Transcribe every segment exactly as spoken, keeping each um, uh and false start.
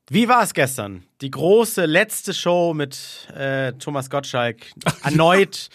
Wie war es gestern? Die große letzte Show mit äh, Thomas Gottschalk. Erneut.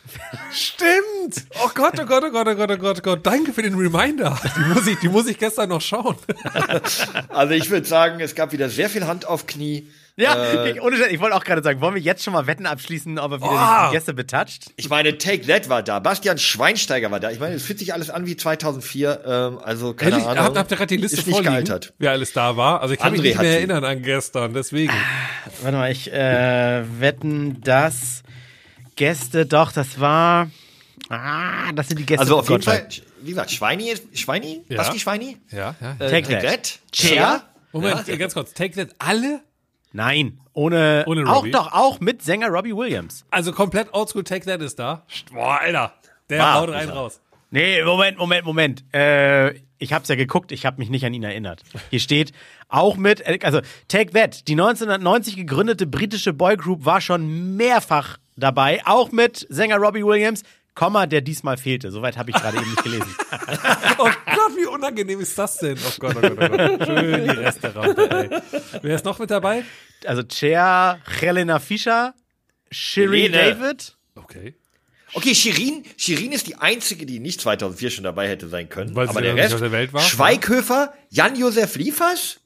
Stimmt! Oh Gott, oh Gott, oh Gott, oh Gott, oh Gott, oh Gott. Danke für den Reminder. Die muss ich, die muss ich gestern noch schauen. Also ich würde sagen, es gab wieder sehr viel Hand auf Knie. Ja, äh, ich, ohne, ich wollte auch gerade sagen, wollen wir jetzt schon mal Wetten abschließen, ob er wieder Oh. die Gäste betatscht? Ich meine, Take That war da, Bastian Schweinsteiger war da. Ich meine, es fühlt sich alles an wie zweitausendvier. Ähm, also keine Ehrlich, Ahnung. habt, habt ihr gerade die Liste ist nicht vorliegen, gealtert. wer alles da war? Also ich kann André mich nicht hat mehr sie. erinnern an gestern, deswegen. Warte mal, ich äh, wetten, dass Gäste, doch, das war. Ah, das sind die Gäste. Also von auf jeden Gottschalk. Fall, wie gesagt, Schweini, Schweini, Ja. Basti Schweini, Ja, ja. äh, Take Take That. That, Cher? Moment, äh, ganz kurz. Take That alle? Nein, ohne. Ohne auch Robbie? doch, auch mit Sänger Robbie Williams. Also komplett Oldschool Take That ist da? Boah, Alter. Der War, haut rein ist er. raus. Nee, Moment, Moment, Moment. Äh, ich hab's ja geguckt, ich habe mich nicht an ihn erinnert. Hier steht auch mit, also Take That, die neunzehnhundertneunzig gegründete britische Boygroup war schon mehrfach dabei, auch mit Sänger Robbie Williams, Komma, der diesmal fehlte. Soweit habe ich gerade eben nicht gelesen. Oh Gott, wie unangenehm ist das denn? Oh Gott, oh Gott, oh Gott. Schön die Restaurante, ey. Wer ist noch mit dabei? Also Cher, Helena Fischer, Shireen Helene. David. Okay. Okay, Shirin, Shirin ist die einzige, die nicht zweitausendvier schon dabei hätte sein können. Weil sie aber ja der noch nicht Rest, aus der Welt war. Schweighöfer, Jan-Josef Liefers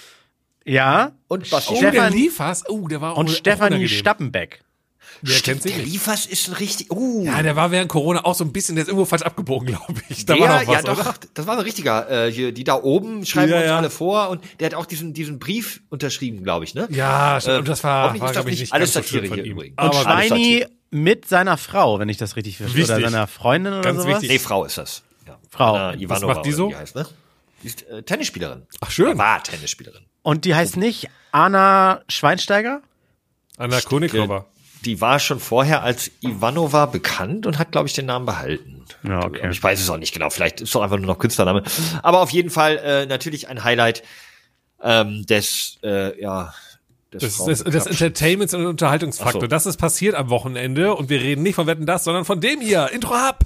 Ja. und Basti Oh, Schweighöfer. der Stefan- Liefers. Oh, der war Und auch Stefanie unangenehm. Stappenbeck. Der kennt sie Der nicht. Liefers ist ein richtig, uh. Ja, der war während Corona auch so ein bisschen, der ist irgendwo falsch abgebogen, glaube ich. Da Der, war noch was, ja doch, oder? das war ein richtiger, äh, hier, die da oben schreiben Ja, uns ja. alle vor und der hat auch diesen, diesen Brief unterschrieben, glaube ich, ne? Ja, stimmt. Äh, und das war, hoffentlich war ist das glaube ich, nicht nicht alles ganz so schlimm Satire von hier ihm. übrigens. Und Aber alles Schweini Satire. mit seiner Frau, wenn ich das richtig verstehe. Oder Wichtig. seiner Freundin oder Ganz sowas. wichtig. Nee, Frau ist das. Ja. Frau. Anna Was Ivanova macht die oder so? wie heißt, ne? Die ist äh, Tennisspielerin. Ach, schön. Oder war Tennisspielerin. Und die heißt nicht Anna Schweinsteiger? Anna Konikova. Die war schon vorher als Ivanova bekannt und hat, glaube ich, den Namen behalten. Ja, okay. Aber ich weiß es auch nicht genau. Vielleicht ist es doch einfach nur noch Künstlername. Aber auf jeden Fall äh, natürlich ein Highlight ähm, des, äh, ja, des Das, das, das Frauencups. Entertainments- und Unterhaltungsfaktor. Ach so. Das ist passiert am Wochenende und wir reden nicht von Wetten, das, sondern von dem hier. Intro ab!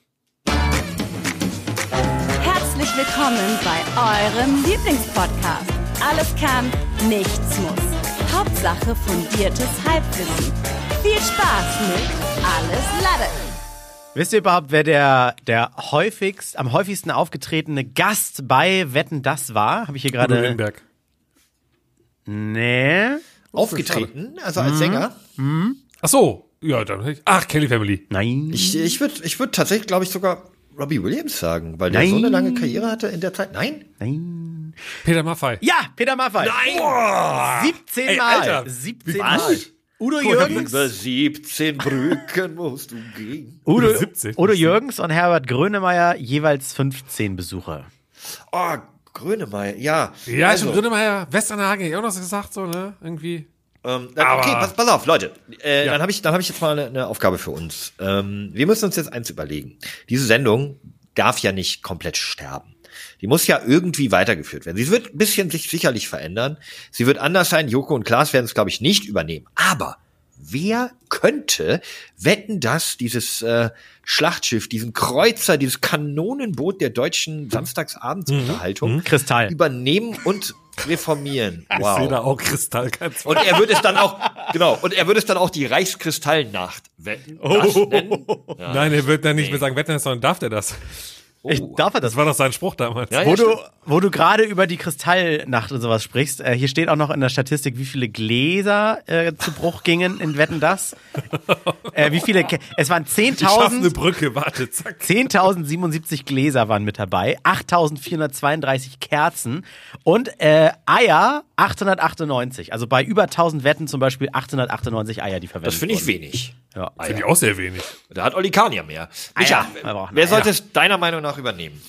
Herzlich willkommen bei eurem Lieblingspodcast. Alles kann, nichts muss. Hauptsache fundiertes Halbwissen. Viel Spaß mit Alles Lade. Wisst ihr überhaupt, wer der, der häufigst, am häufigsten aufgetretene Gast bei Wetten, das war? Habe ich hier Udo gerade. Lindenberg. Nee. Aufgetreten, also als Sänger. Ach so. Ja, dann. hätte ich- Ach, Kelly Family. Nein. Ich, ich würde ich würd tatsächlich, glaube ich, sogar Robbie Williams sagen, weil der Nein. so eine lange Karriere hatte in der Zeit. Nein? Nein. Peter Maffay. Ja, Peter Maffay. Nein! siebzehn Ey, Mal. Alter. siebzehn Was? Mal. Udo Guck, ich hab Jürgens. Über siebzehn Brücken musst du gehen. Udo, siebzehn. Udo Jürgens und Herbert Grönemeyer jeweils fünfzehn Besucher. Oh, Grönemeyer, ja. Ja, also, schon Grönemeyer, Westernhagen, hätte ich auch noch gesagt, so, ne? Irgendwie. Ähm, dann, Aber- okay, pass, pass auf, Leute. Äh, Ja. Dann habe ich, dann hab ich jetzt mal eine, eine Aufgabe für uns. Ähm, wir müssen uns jetzt eins überlegen. Diese Sendung darf ja nicht komplett sterben. Die muss ja irgendwie weitergeführt werden. Sie wird ein bisschen sich sicherlich verändern. Sie wird anders sein. Joko und Klaas werden es, glaube ich, nicht übernehmen. Aber wer könnte Wetten, dass dieses äh, Schlachtschiff, diesen Kreuzer, dieses Kanonenboot der deutschen Samstagabendsunterhaltung Kristall. übernehmen und reformieren? Ich sehe da auch Kristall ganz Und er würde es dann auch, genau, und er würde es dann auch die Reichskristallnacht wetten, das nennen. Ja. Nein, er wird dann nicht mehr sagen Wetten, das, sondern darf der das? Ich darf er das Das war doch sein Spruch damals. Ja, Wo ja, du, wo du gerade über die Kristallnacht und sowas sprichst, äh, hier steht auch noch in der Statistik, wie viele Gläser äh, zu Bruch gingen in Wetten, das. Äh, wie viele, Ke es waren Ich schaff eine zehntausend, Brücke, warte, zack. zehntausendsiebenundsiebzig Gläser waren mit dabei, achttausendvierhundertzweiunddreißig Kerzen und äh, Eier achthundertachtundneunzig. Also bei über tausend Wetten zum Beispiel achthundertachtundneunzig Eier, die verwendet Das finde ich wurden. wenig. Ja. Finde ich auch sehr wenig. Da hat Olli Kahn ja mehr. Micha, wir brauchen wer Eier. sollte es deiner Meinung nach übernehmen?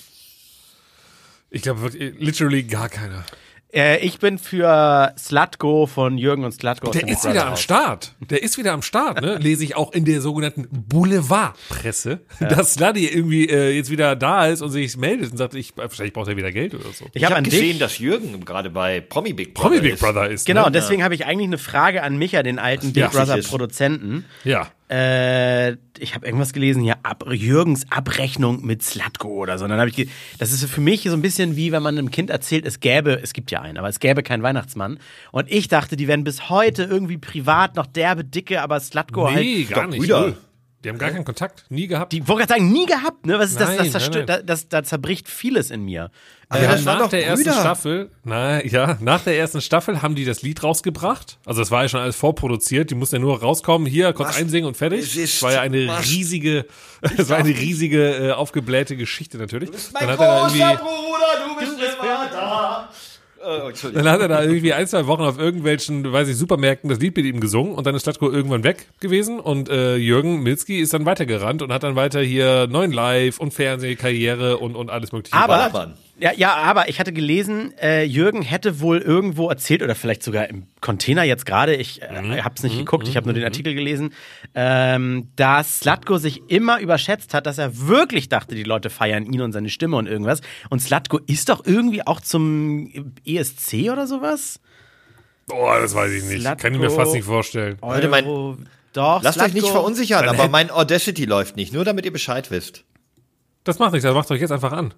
Ich glaube wirklich, literally gar keiner. Äh, ich bin für Slutko von Jürgen und Slutko. aus Der dem ist Brother wieder am House. Start. Der ist wieder am Start, ne? Lese ich auch in der sogenannten Boulevardpresse, dass Sluddy irgendwie äh, jetzt wieder da ist und sich meldet und sagt, ich, wahrscheinlich braucht er wieder Geld oder so. Ich Ich habe habe an gesehen, dich. dass Jürgen gerade bei Promi Big Brother Promi Big ist. Brother ist. Genau, ne? und deswegen habe ich eigentlich eine Frage an Micha, den alten Big Ja, Brother sicher. Produzenten. Ja. äh, ich habe irgendwas gelesen hier, Ab Jürgens Abrechnung mit Zlatko oder so. Und dann habe ich, ge das ist für mich so ein bisschen wie, wenn man einem Kind erzählt, es gäbe, es gibt ja einen, aber es gäbe keinen Weihnachtsmann. Und ich dachte, die werden bis heute irgendwie privat noch derbe dicke, aber Zlatko Nee, halt. gar nicht. Brüder. Null. Die haben gar keinen Kontakt, nie gehabt. Die wollte gerade sagen, nie gehabt, ne? Was ist das? Nein, Das, das, nein, das, das, da zerbricht vieles in mir. Wir Ja, haben das waren nach doch der ersten Brüder. Staffel, na ja, nach der ersten Staffel haben die das Lied rausgebracht. Also das war ja schon alles vorproduziert. Die mussten ja nur rauskommen, hier kurz Was? einsingen und fertig. Es ist- Das war ja eine was? riesige, das war eine riesige äh, aufgeblähte Geschichte natürlich. Mein Dann hat er da großer irgendwie, Bruder, du bist immer da. Oh, Entschuldigung. dann hat er da irgendwie ein, zwei Wochen auf irgendwelchen, weiß ich, Supermärkten das Lied mit ihm gesungen und dann ist Zlatko irgendwann weg gewesen und äh, Jürgen Milzki ist dann weitergerannt und hat dann weiter hier neuen Live und Fernsehkarriere und und alles mögliche. Aber, Ballermann. ja, ja, aber ich hatte gelesen, äh, Jürgen hätte wohl irgendwo erzählt oder vielleicht sogar im Container jetzt gerade, ich äh, Mhm. habe es nicht geguckt, ich habe nur den Artikel gelesen, ähm, dass Zlatko sich immer überschätzt hat, dass er wirklich dachte, die Leute feiern ihn und seine Stimme und irgendwas. Und Zlatko ist doch irgendwie auch zum E S C oder sowas? Boah, das weiß ich nicht. Zlatko- Kann ich mir fast nicht vorstellen. Leute, mein- Euro- doch, Lasst euch nicht Zlatko- verunsichern, Dann aber hätt- mein Audacity läuft nicht, nur damit ihr Bescheid wisst. Das macht nichts, das macht euch jetzt einfach an.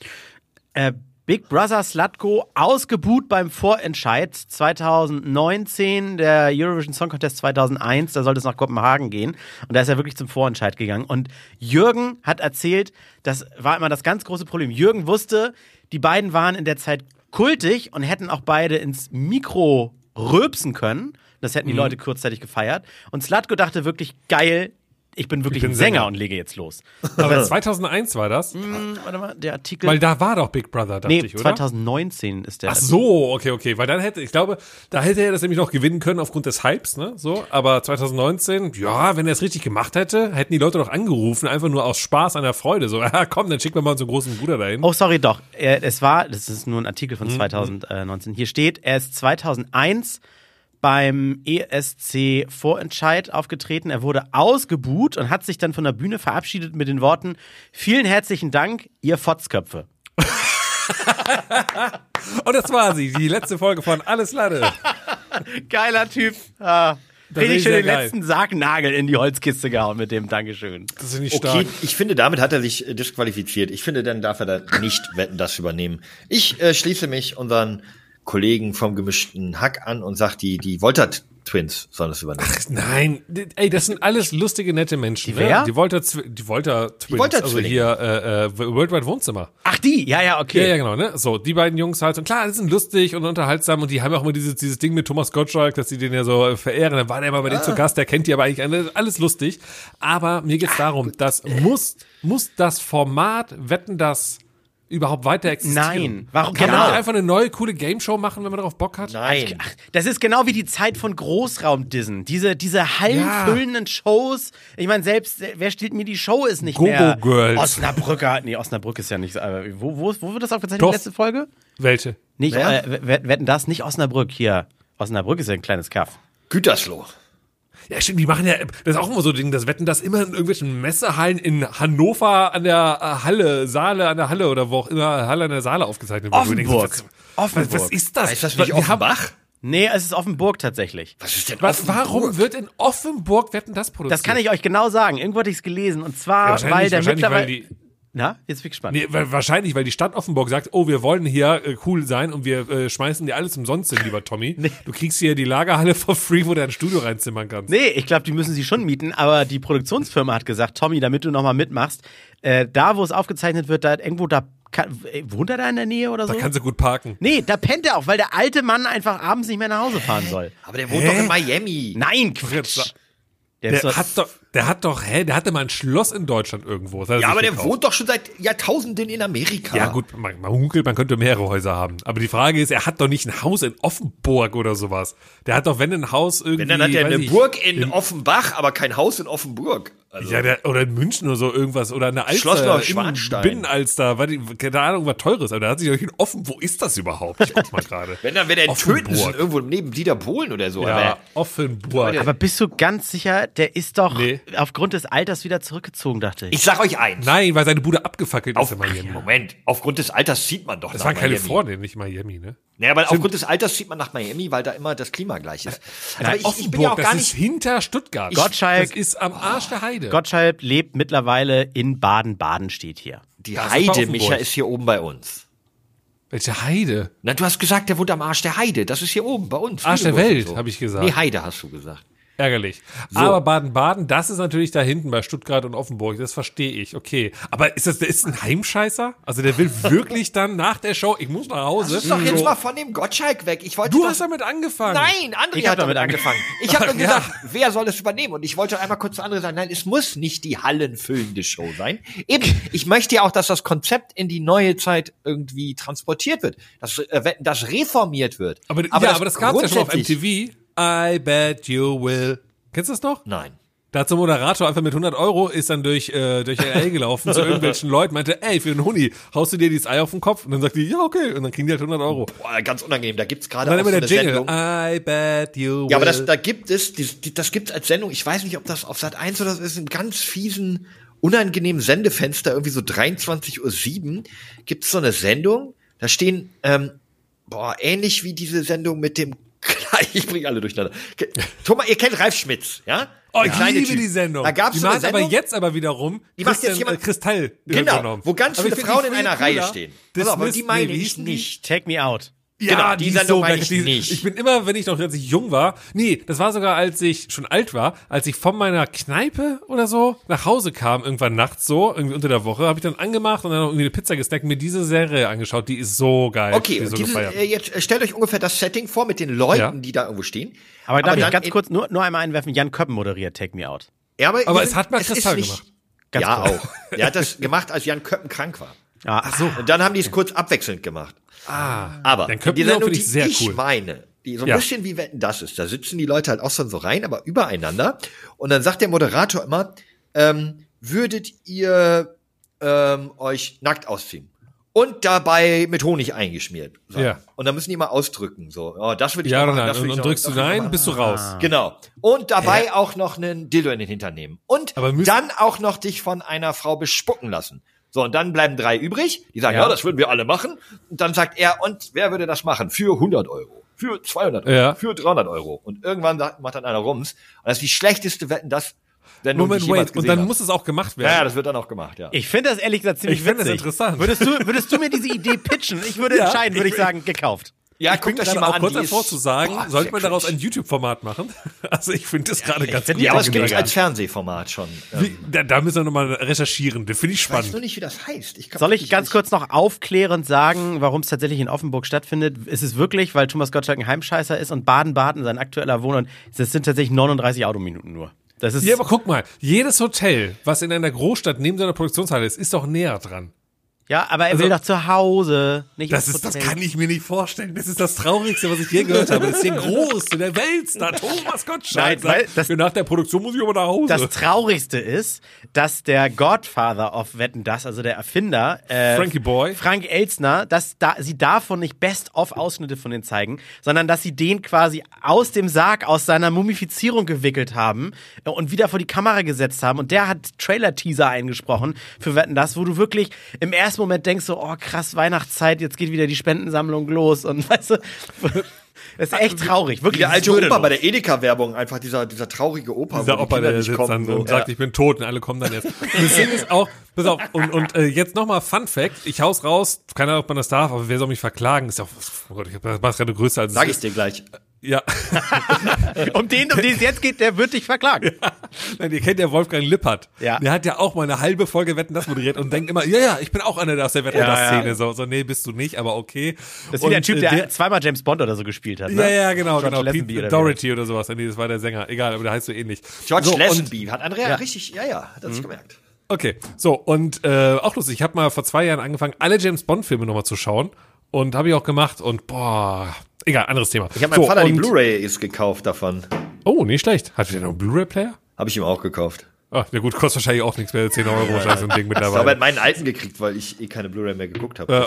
Äh, Big Brother Zlatko ausgebuht beim Vorentscheid zweitausendneunzehn, der Eurovision Song Contest zweitausendeins, da sollte es nach Kopenhagen gehen und da ist er wirklich zum Vorentscheid gegangen und Jürgen hat erzählt, das war immer das ganz große Problem, Jürgen wusste, die beiden waren in der Zeit kultig und hätten auch beide ins Mikro rülpsen können, das hätten die Mhm. Leute kurzzeitig gefeiert und Zlatko dachte wirklich, geil, ich bin wirklich Ich bin ein Sänger, Sänger. und lege jetzt los. Aber zweitauseins war das? Hm, warte mal, der Artikel... Weil da war doch Big Brother, dachte nee, ich, oder? zweitausendneunzehn ist der. Ach so, okay, okay. Weil dann hätte, ich glaube, da hätte er das nämlich noch gewinnen können aufgrund des Hypes, ne? So, aber zweitausendneunzehn, ja, wenn er es richtig gemacht hätte, hätten die Leute doch angerufen, einfach nur aus Spaß an der Freude. So, ja, komm, dann schicken wir mal unseren großen Bruder dahin. Oh, sorry, doch. Äh, Es war, das ist nur ein Artikel von zweitausendneunzehn. Hier steht, er ist zweitausendeins beim E S C Vorentscheid aufgetreten. Er wurde ausgebuht und hat sich dann von der Bühne verabschiedet mit den Worten: Vielen herzlichen Dank, ihr Fotzköpfe. Und das war sie, die letzte Folge von Alles Lade. Geiler Typ. Ah, Das richtig ist schön sehr den geil. letzten Sargnagel in die Holzkiste gehauen mit dem Dankeschön. Das ist nicht Okay, stark. ich finde, damit hat er sich äh, disqualifiziert. Ich finde, dann darf er da nicht Wetten, das übernehmen. Ich äh, schließe mich unseren Kollegen vom gemischten Hack an und sage, die, die Wolter-Twins sollen das übernehmen. Nein, ey, das sind alles lustige, nette Menschen. Die wer? Ne? Die Volta, die Volta Twins, Volta also Zwillinge. hier äh, äh, Worldwide Wohnzimmer. Ach, die? Ja, ja, okay. Ja, ja, genau, ne? So, die beiden Jungs halt. Und klar, die sind lustig und unterhaltsam und die haben auch immer dieses, dieses Ding mit Thomas Gottschalk, dass die den ja so äh, verehren. Dann war der mal bei denen zu Gast, der kennt die aber eigentlich alle. Alles lustig. Aber mir geht's darum, das muss, muss das Format Wetten, das überhaupt weiter existieren? Nein. Warum? Kann Genau. man nicht einfach eine neue, coole Game-Show machen, wenn man darauf Bock hat? Nein. Ach, das ist genau wie die Zeit von Großraumdissen. Diese, diese hallenfüllenden Shows. Ich meine, selbst, wer steht mir die Show ist nicht Go-Go mehr. Girls. Osnabrücker. Nee, Osnabrück ist ja nicht. Aber wo, wo, wo wird das aufgezeichnet, Doch. die letzte Folge? Welche? Nicht, Wer? äh, wer- wetten das? Nicht Osnabrück. Hier. Osnabrück ist ja ein kleines Kaff. Gütersloh. Ja, stimmt, die machen ja, das ist auch immer so ein Ding, das Wetten, das immer in irgendwelchen Messehallen in Hannover an der äh, Halle, Saale an der Halle oder wo auch immer, Halle an der Saale aufgezeichnet wird. Wo du denkst, Offenburg. Was, Offenburg. was, was ist das? Heißt das nicht Wir haben- Offenbach? Nee, es ist Offenburg tatsächlich. Was ist denn Was, Offenburg? warum wird in Offenburg Wetten, das produziert? Das kann ich euch genau sagen. Irgendwo hatte ich es gelesen. Und zwar, Ja, weil wahrscheinlich, der wahrscheinlich, weil mittlerweile. die, Na, jetzt bin ich gespannt. nee, weil, wahrscheinlich, weil die Stadt Offenburg sagt, oh, wir wollen hier äh, cool sein und wir äh, schmeißen dir alles umsonst hin, lieber Tommy. Du kriegst hier die Lagerhalle for free, wo du ein Studio reinzimmern kannst. Nee, ich glaube, die müssen sie schon mieten, aber die Produktionsfirma hat gesagt, Tommy, damit du nochmal mitmachst, äh, da, wo es aufgezeichnet wird, da irgendwo da, kann, äh, wohnt er da in der Nähe oder so? Da kannst du gut parken. Nee, da pennt er auch, weil der alte Mann einfach abends nicht mehr nach Hause fahren soll. Aber der wohnt doch in Miami. Nein, Quatsch. Der Der ist doch, hat doch, der hat doch, hä, der hatte mal ein Schloss in Deutschland irgendwo. Das hat er Ja, sich aber der gekauft. wohnt doch schon seit Jahrtausenden in Amerika. Ja gut, man, man munkelt, man könnte mehrere Häuser haben. Aber die Frage ist, er hat doch nicht ein Haus in Offenburg oder sowas. Der hat doch, wenn ein Haus irgendwie... Wenn, dann hat er weiß eine ich, Burg in Offenbach, aber kein Haus in Offenburg. Also, Ja, der, oder in München oder so irgendwas. Oder eine Alster. Schloss im Neuschwanstein. Binnenalster. Weiß ich, keine Ahnung, was Teures. Aber da hat sich doch in offen... Wo ist das überhaupt? Ich guck mal gerade. wenn, dann wäre der in Offenburg. Tötensen irgendwo neben Dieter Bohlen oder so. Ja, Aber Offenburg. aber bist du ganz sicher, der ist doch, Nee. Okay. aufgrund des Alters wieder zurückgezogen, dachte ich. Ich sag euch eins. Nein, weil seine Bude abgefackelt Auf, ist in Miami. Moment, aufgrund des Alters zieht man doch Das nach war Miami. Kalifornien, nicht Miami, ne? Naja, aber aufgrund des Alters zieht man nach Miami, weil da immer das Klima gleich ist. Aber ich, ich bin Offenburg, ja auch gar das ist nicht... hinter Stuttgart. Gottschalk- Das ist am Arsch der Heide. Gottschalk lebt mittlerweile in Baden-Baden, steht hier. Die Das ist bei Heide, Offenburg. Micha, ist hier oben bei uns. Welche Heide? Na, du hast gesagt, der wohnt am Arsch der Heide. Das ist hier oben bei uns. Arsch der Lüneburg Welt, und so. habe ich gesagt. Nee, Heide hast du gesagt. Ärgerlich. Aber Baden-Baden, das ist natürlich da hinten bei Stuttgart und Offenburg. Das verstehe ich. Okay. Aber ist das, der ist ein Heimscheißer? Also der will wirklich dann nach der Show, ich muss nach Hause. Das ist doch jetzt So. mal von dem Gottschalk weg. Ich wollte Du doch- hast damit angefangen. Nein, André Ich hab hat damit damit angefangen. Ich habe nur Ach, ja. gesagt, wer soll es übernehmen? Und ich wollte einmal kurz zu André sagen, nein, es muss nicht die hallenfüllende Show sein. Eben, ich möchte ja auch, dass das Konzept in die neue Zeit irgendwie transportiert wird, dass äh, das reformiert wird. Aber, ja, aber das gab's ja schon auf M grundsätzlich- T V. I bet you will. Kennst du das noch? Nein. Da hat so ein Moderator einfach mit hundert Euro ist dann durch, äh, durch L A gelaufen zu irgendwelchen Leuten, meinte, ey, für einen Huni, haust du dir dieses Ei auf den Kopf? Und dann sagt die, ja, okay. Und dann kriegen die halt hundert Euro. Boah, ganz unangenehm. Da gibt's gerade Und dann auch immer so der eine Jingle. Sendung. I bet you will. Ja, aber das, da gibt es, die, die, das gibt's als Sendung. Ich weiß nicht, ob das auf Sat eins oder so ist, in ganz fiesen, unangenehmen Sendefenster, irgendwie so dreiundzwanzig Uhr sieben, gibt's so eine Sendung. Da stehen, ähm, boah, ähnlich wie diese Sendung mit dem, ich bringe alle durcheinander. Thomas, ihr kennt Ralf Schmitz, ja? Oh, Der ich kleine liebe Typ. die Sendung. Da gab's die so eine macht aber Sendung. jetzt aber wiederum Die macht jetzt Christian, jemand- äh, Kristall Genau, übernommen. wo ganz Aber viele ich find Frauen die in viel einer Reihe cooler. stehen. Pass auf, aber Dismiss die meine me, wie ich hieß die? nicht. Take me out. Ja, Genau, die die ist Sendung so meine geil. ich Die- nicht. Ich bin immer, wenn ich noch, als ich jung war, nee, das war sogar, als ich schon alt war, als ich von meiner Kneipe oder so nach Hause kam, irgendwann nachts so, irgendwie unter der Woche, habe ich dann angemacht und dann noch irgendwie eine Pizza gesnackt und mir diese Serie angeschaut, die ist so geil. Okay, die ist und so diese, gefeiert. äh, jetzt äh, stellt euch ungefähr das Setting vor mit den Leuten, Ja. die da irgendwo stehen. Aber darf ich dann ganz in- kurz nur, nur einmal einwerfen, Jan Köppen moderiert Take Me Out. Ja, aber Aber wir es sind- hat mal ist Kristall nicht- gemacht. Ganz ja, kurz. auch. Er hat das gemacht, als Jan Köppen krank war. Ja, ach so. Und dann haben die es kurz abwechselnd gemacht. Ah, Aber Jan Köppen die auch Sendung, finde die ich sehr ich cool. meine, die so ein Ja. bisschen wie Wetten, das ist, da sitzen die Leute halt auch schon so rein, aber übereinander. Und dann sagt der Moderator immer, ähm, würdet ihr ähm, euch nackt ausziehen? Und dabei mit Honig eingeschmiert. So. Ja. Und dann müssen die mal ausdrücken. So, oh, das würde ich Ja noch oder machen, nein? das würde Und, ich und noch- drückst du das würde ich nein, machen. bist du raus. Genau. Und dabei auch noch einen Dildo in den Hintern nehmen. Und Aber müssen- dann auch noch dich von einer Frau bespucken lassen. So, und dann bleiben drei übrig, die sagen, Ja. ja, das würden wir alle machen. Und dann sagt er, und wer würde das machen? Für hundert Euro, für zweihundert Euro, Ja. für dreihundert Euro. Und irgendwann sagt, macht dann einer Rums. Und das ist die schlechteste Wetten, das Sendung, Moment, die ich jemals wait. Und gesehen dann habe. muss es auch gemacht Ja, ja, werden. das wird dann auch gemacht, ja. Ich finde das ehrlich gesagt ziemlich Ich finde das witzig. interessant. Würdest du, würdest du mir diese Idee pitchen? Ich würde Ja, entscheiden, würde ich- ich sagen, gekauft. Ja, Ich bin guckt euch die gerade mal auch an. kurz die ist- davor zu sagen, Boah, sollte sehr man daraus cringe. ein YouTube-Format machen? Also ich finde das gerade ganz find gut. die Ja, aber auch es gibt es mega. als Fernsehformat schon. Ähm, Wie, da, da müssen wir nochmal recherchieren. Das finde ich ich weiß nur spannend. nicht, wie das heißt. Ich kann Soll ich wirklich ganz nicht- kurz noch aufklärend sagen, warum es tatsächlich in Offenburg stattfindet? Ist es wirklich, weil Thomas Gottschalk ein Heimscheißer ist und Baden-Baden sein aktueller Wohnort? Das sind tatsächlich neununddreißig Autominuten nur. Das ist Ja, aber guck mal, jedes Hotel, was in einer Großstadt neben so einer Produktionshalle ist, ist doch näher dran. ja, aber er Also- will doch zu Hause, nicht Das ins ist, das Hotel. kann ich mir nicht vorstellen. Das ist das Traurigste, was ich je gehört habe. Das ist der Größte, der Weltstar, Thomas Gottschalk. Nein, weil sagt, das- für nach der Produktion muss ich aber nach Hause. Das Traurigste ist, dass der Godfather of Wetten, das, also der Erfinder, äh, Frankie Boy. Frank Elstner, dass da, sie davon nicht Best-of-Ausschnitte von den zeigen, sondern dass sie den quasi aus dem Sarg, aus seiner Mumifizierung gewickelt haben äh, und wieder vor die Kamera gesetzt haben. Und der hat Trailer-Teaser eingesprochen für Wetten, das, wo du wirklich im ersten Moment denkst so, oh krass, Weihnachtszeit, jetzt geht wieder die Spendensammlung los und weißt du, das ist echt traurig, Wie wirklich. der das ist alte Opa würdelos. bei der Edeka-Werbung, einfach dieser, dieser traurige Opa, Dieser wo die Opa, Kinder der nicht sitzt kommen. dann so. und sagt, ich bin tot und alle kommen dann jetzt. Und das Ding ist auch, pass auf, und, und äh, jetzt nochmal Fun Fact, ich hau's raus, keine Ahnung, ob man das darf, aber wer soll mich verklagen? Ist ja auch, oh Gott, ich hab das gerade größer als es Sag ich ist. dir gleich. Ja. Um den, um den es jetzt geht, der wird dich verklagen. Nein, ihr kennt ja Wolfgang Lippert. Ja. Der hat ja auch mal eine halbe Folge Wetten, das moderiert und denkt immer, ja, ja, ich bin auch einer der aus der Wetten, Ja, das Szene. ja. So, so, nee, bist du nicht, aber okay. Das ist wie der Und, Typ, äh, der, zweimal James Bond oder so gespielt hat. Ne? Ja, ja, genau, George genau. Lazenby Pete oder wie Doherty oder sowas. Nee, das war der Sänger. Egal, aber der heißt so ähnlich. George so, und- Lazenby. Hat Andrea richtig, ja, ja, hat er sich gemerkt. Okay, so, und äh, auch lustig, ich habe mal vor zwei Jahren angefangen, alle James Bond-Filme nochmal zu schauen. Und habe ich auch gemacht und boah, egal, anderes Thema. Ich habe meinem so, Vater die und- Blu-ray ist gekauft davon. Oh, nicht schlecht. Hat der noch einen Blu-ray-Player? Habe ich ihm auch gekauft. Ah, ja gut, kostet wahrscheinlich auch nichts mehr, zehn Euro wahrscheinlich so ein Ding Ich habe mittlerweile. halt meinen alten gekriegt, weil ich eh keine Blu-ray mehr geguckt habe, Ja. deswegen.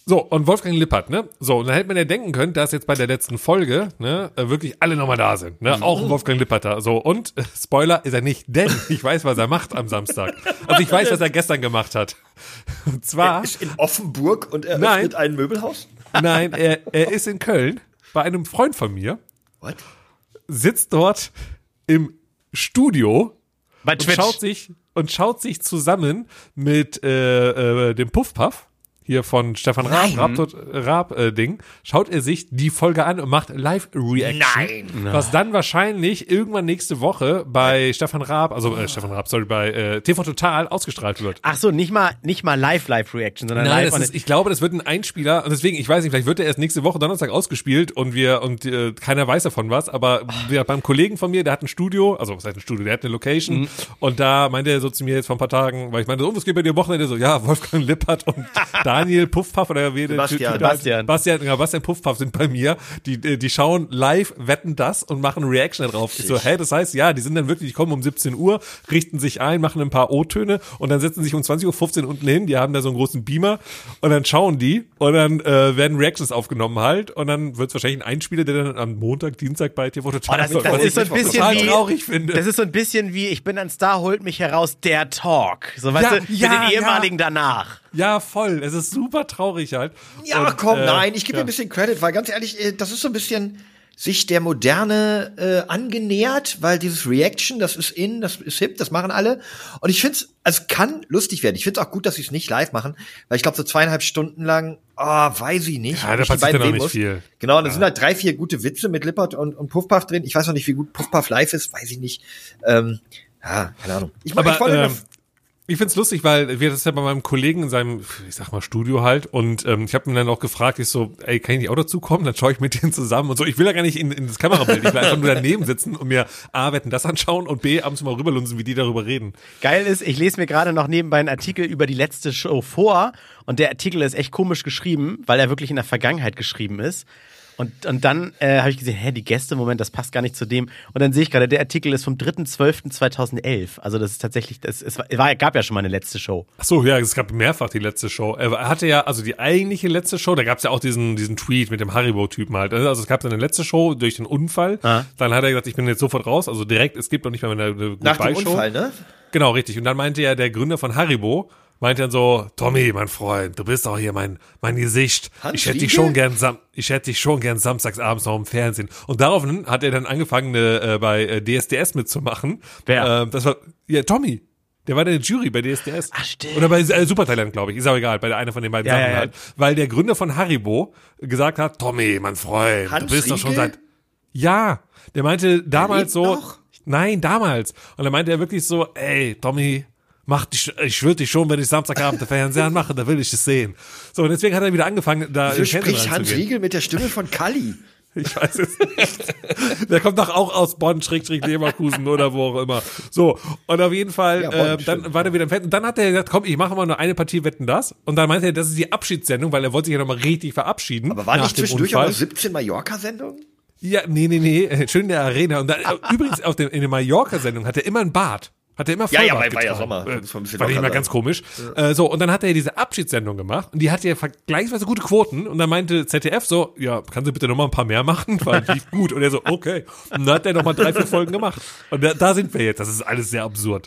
So, und Wolfgang Lippert, ne? So, und dann hätte man ja denken können, dass jetzt bei der letzten Folge, ne, wirklich alle nochmal da sind, ne? Auch Wolfgang Lippert da. So, und, äh, Spoiler, ist er nicht, denn ich weiß, was er macht am Samstag. Also ich weiß, was er gestern gemacht hat. Und zwar. Er ist in Offenburg und er öffnet ein Möbelhaus? Nein, er, er ist in Köln bei einem Freund von mir. What? Sitzt dort im Studio Bei und Twitch. schaut sich, und schaut sich zusammen mit, äh, äh, dem Puffpuff. Hier von Stefan Raab, Raab, dort, Raab äh, Ding, schaut er sich die Folge an und macht Live-Reaction. Nein. Was dann wahrscheinlich irgendwann nächste Woche bei Stefan Raab, also äh, Stefan Raab, sorry, bei äh, T V Total ausgestrahlt wird. Ach so, nicht mal, nicht mal Live-Live-Reaction, sondern Nein, live das ist, ich glaube, das wird ein Einspieler und deswegen, ich weiß nicht, vielleicht wird er erst nächste Woche Donnerstag ausgespielt und wir und äh, keiner weiß davon was, aber wir, beim Kollegen von mir, der hat ein Studio, also was heißt ein Studio, der hat eine Location Mhm. und da meinte er so zu mir jetzt vor ein paar Tagen, weil ich meinte, oh, was geht bei dir am Wochenende? So, ja, Wolfgang Lippert und Daniel Puffpuff oder wie der Sebastian. Typ da- Bastian. Bastian, ja, Bastian Puffpuff sind bei mir, die die schauen live, wetten das und machen Reaction drauf. Ich so, hä, das heißt, ja, die sind dann wirklich, die kommen um siebzehn Uhr, richten sich ein, machen ein paar O-Töne und dann setzen sich um zwanzig Uhr fünfzehn unten hin, die haben da so einen großen Beamer und dann schauen die und dann äh, werden Reactions aufgenommen halt und dann wird es wahrscheinlich ein Einspieler, der dann am Montag, Dienstag bei T V Total Oh, das, läuft, das was ist so ich ein bisschen total wie, traurig finde. das ist so ein bisschen wie, ich bin ein Star, holt mich heraus, der Talk. So, weißt Ja, du, ja, mit den ja. ehemaligen danach. Ja, voll. Es ist super traurig halt. Ja, Und, komm, äh, nein, ich gebe ja. dir ein bisschen Credit, weil ganz ehrlich, äh, das ist so ein bisschen sich der Moderne äh, angenähert, weil dieses Reaction, das ist in, das ist hip, das machen alle. Und ich finde es, also kann lustig werden. Ich finde es auch gut, dass sie es nicht live machen, weil ich glaube, so zweieinhalb Stunden lang, ah, weiß ich nicht. Ja, ob da ich die passiert beiden ja noch sehen nicht muss. viel. Genau, und da sind halt drei, vier gute Witze mit Lippert und, und Puffpuff drin. Ich weiß noch nicht, wie gut Puffpuff live ist, weiß ich nicht. Ähm, ja, keine Ahnung. Ich, Aber ich wollte ähm, das- ich find's lustig, weil wir das ja bei meinem Kollegen in seinem, ich sag mal, Studio halt und ähm, ich habe ihn dann auch gefragt, ich so, ey, kann ich nicht auch dazu kommen? Dann schaue ich mit denen zusammen und so. Ich will ja gar nicht in, in das Kamerabild, ich will einfach nur daneben sitzen und mir A, wetten das anschauen und B, abends mal rüberlunzen, wie die darüber reden. Geil ist, ich lese mir gerade noch nebenbei einen Artikel über die letzte Show vor und der Artikel ist echt komisch geschrieben, weil er wirklich in der Vergangenheit geschrieben ist. Und, und dann äh, habe ich gesehen, hä, die Gäste, Moment, das passt gar nicht zu dem. Und dann sehe ich gerade, der Artikel ist vom dritter zwölfter zweitausendelf. Also das ist tatsächlich, das, es war, gab ja schon mal eine letzte Show. Ach so, ja, es gab mehrfach die letzte Show. Er hatte ja, also die eigentliche letzte Show, da gab's ja auch diesen diesen Tweet mit dem Haribo-Typen halt. Also es gab dann eine letzte Show durch den Unfall. Ah. Dann hat er gesagt, ich bin jetzt sofort raus. Also direkt, es gibt noch nicht mal eine, eine nach dem Goodbye-Show. Unfall, ne? Genau, richtig. Und dann meinte ja der Gründer von Haribo, meinte dann so, Tommy, mein Freund, du bist auch hier mein mein Gesicht. Hans ich hätte dich Riegel? schon gern sam ich hätte dich schon gern samstags abends noch im Fernsehen. Und daraufhin hat er dann angefangen, äh, bei äh, D S D S mitzumachen. Wer? Ähm, das war ja Tommy. Der war in der Jury bei D S D S. Ach, stimmt. Oder bei äh, Supertalent, glaube ich. Ist auch egal, bei der einer von den beiden Ja, Sachen ja, ja. halt. Weil der Gründer von Haribo gesagt hat, Tommy, mein Freund, Hans du bist doch schon Riegel? seit... Ja, der meinte damals lebt so... noch? Nein, damals. Und dann meinte er wirklich so, ey, Tommy, mach dich, ich würde dich schon, wenn ich Samstagabend den Fernseher anmache, da will ich es sehen. So, und deswegen hat er wieder angefangen, da So im Fernsehen spricht Hans reinzugehen. Riegel mit der Stimme von Kalli. Ich weiß es nicht. Der kommt doch auch aus Bonn, Schrägstrich Leverkusen oder wo auch immer. So, und auf jeden Fall, Ja, Bonn, äh, dann stimmt. war er wieder im Fernsehen. Und dann hat er gesagt, komm, ich mache mal nur eine Partie Wetten, das. Und dann meinte er, das ist die Abschiedssendung, weil er wollte sich ja nochmal richtig verabschieden. Aber war nach nicht dem zwischendurch auch Unfall. noch siebzehn Mallorca-Sendungen? Ja, nee, nee, nee, schön in der Arena. Und dann, äh, übrigens, auf dem, in der Mallorca-Sendung hat er immer einen Bart. Hat er immer Ja, ja, Vollbart war- war ja getragen. Sommer. Äh, Das war ein bisschen War nicht locker mal sein. ganz komisch. Äh, so, und dann hat er diese Abschiedssendung gemacht und die hat ja vergleichsweise gute Quoten und dann meinte Z D F so, ja, kannst du bitte noch mal ein paar mehr machen? Weil lief gut. Und er so, okay. Und dann hat er noch mal drei, vier Folgen gemacht. Und da, da sind wir jetzt. Das ist alles sehr absurd.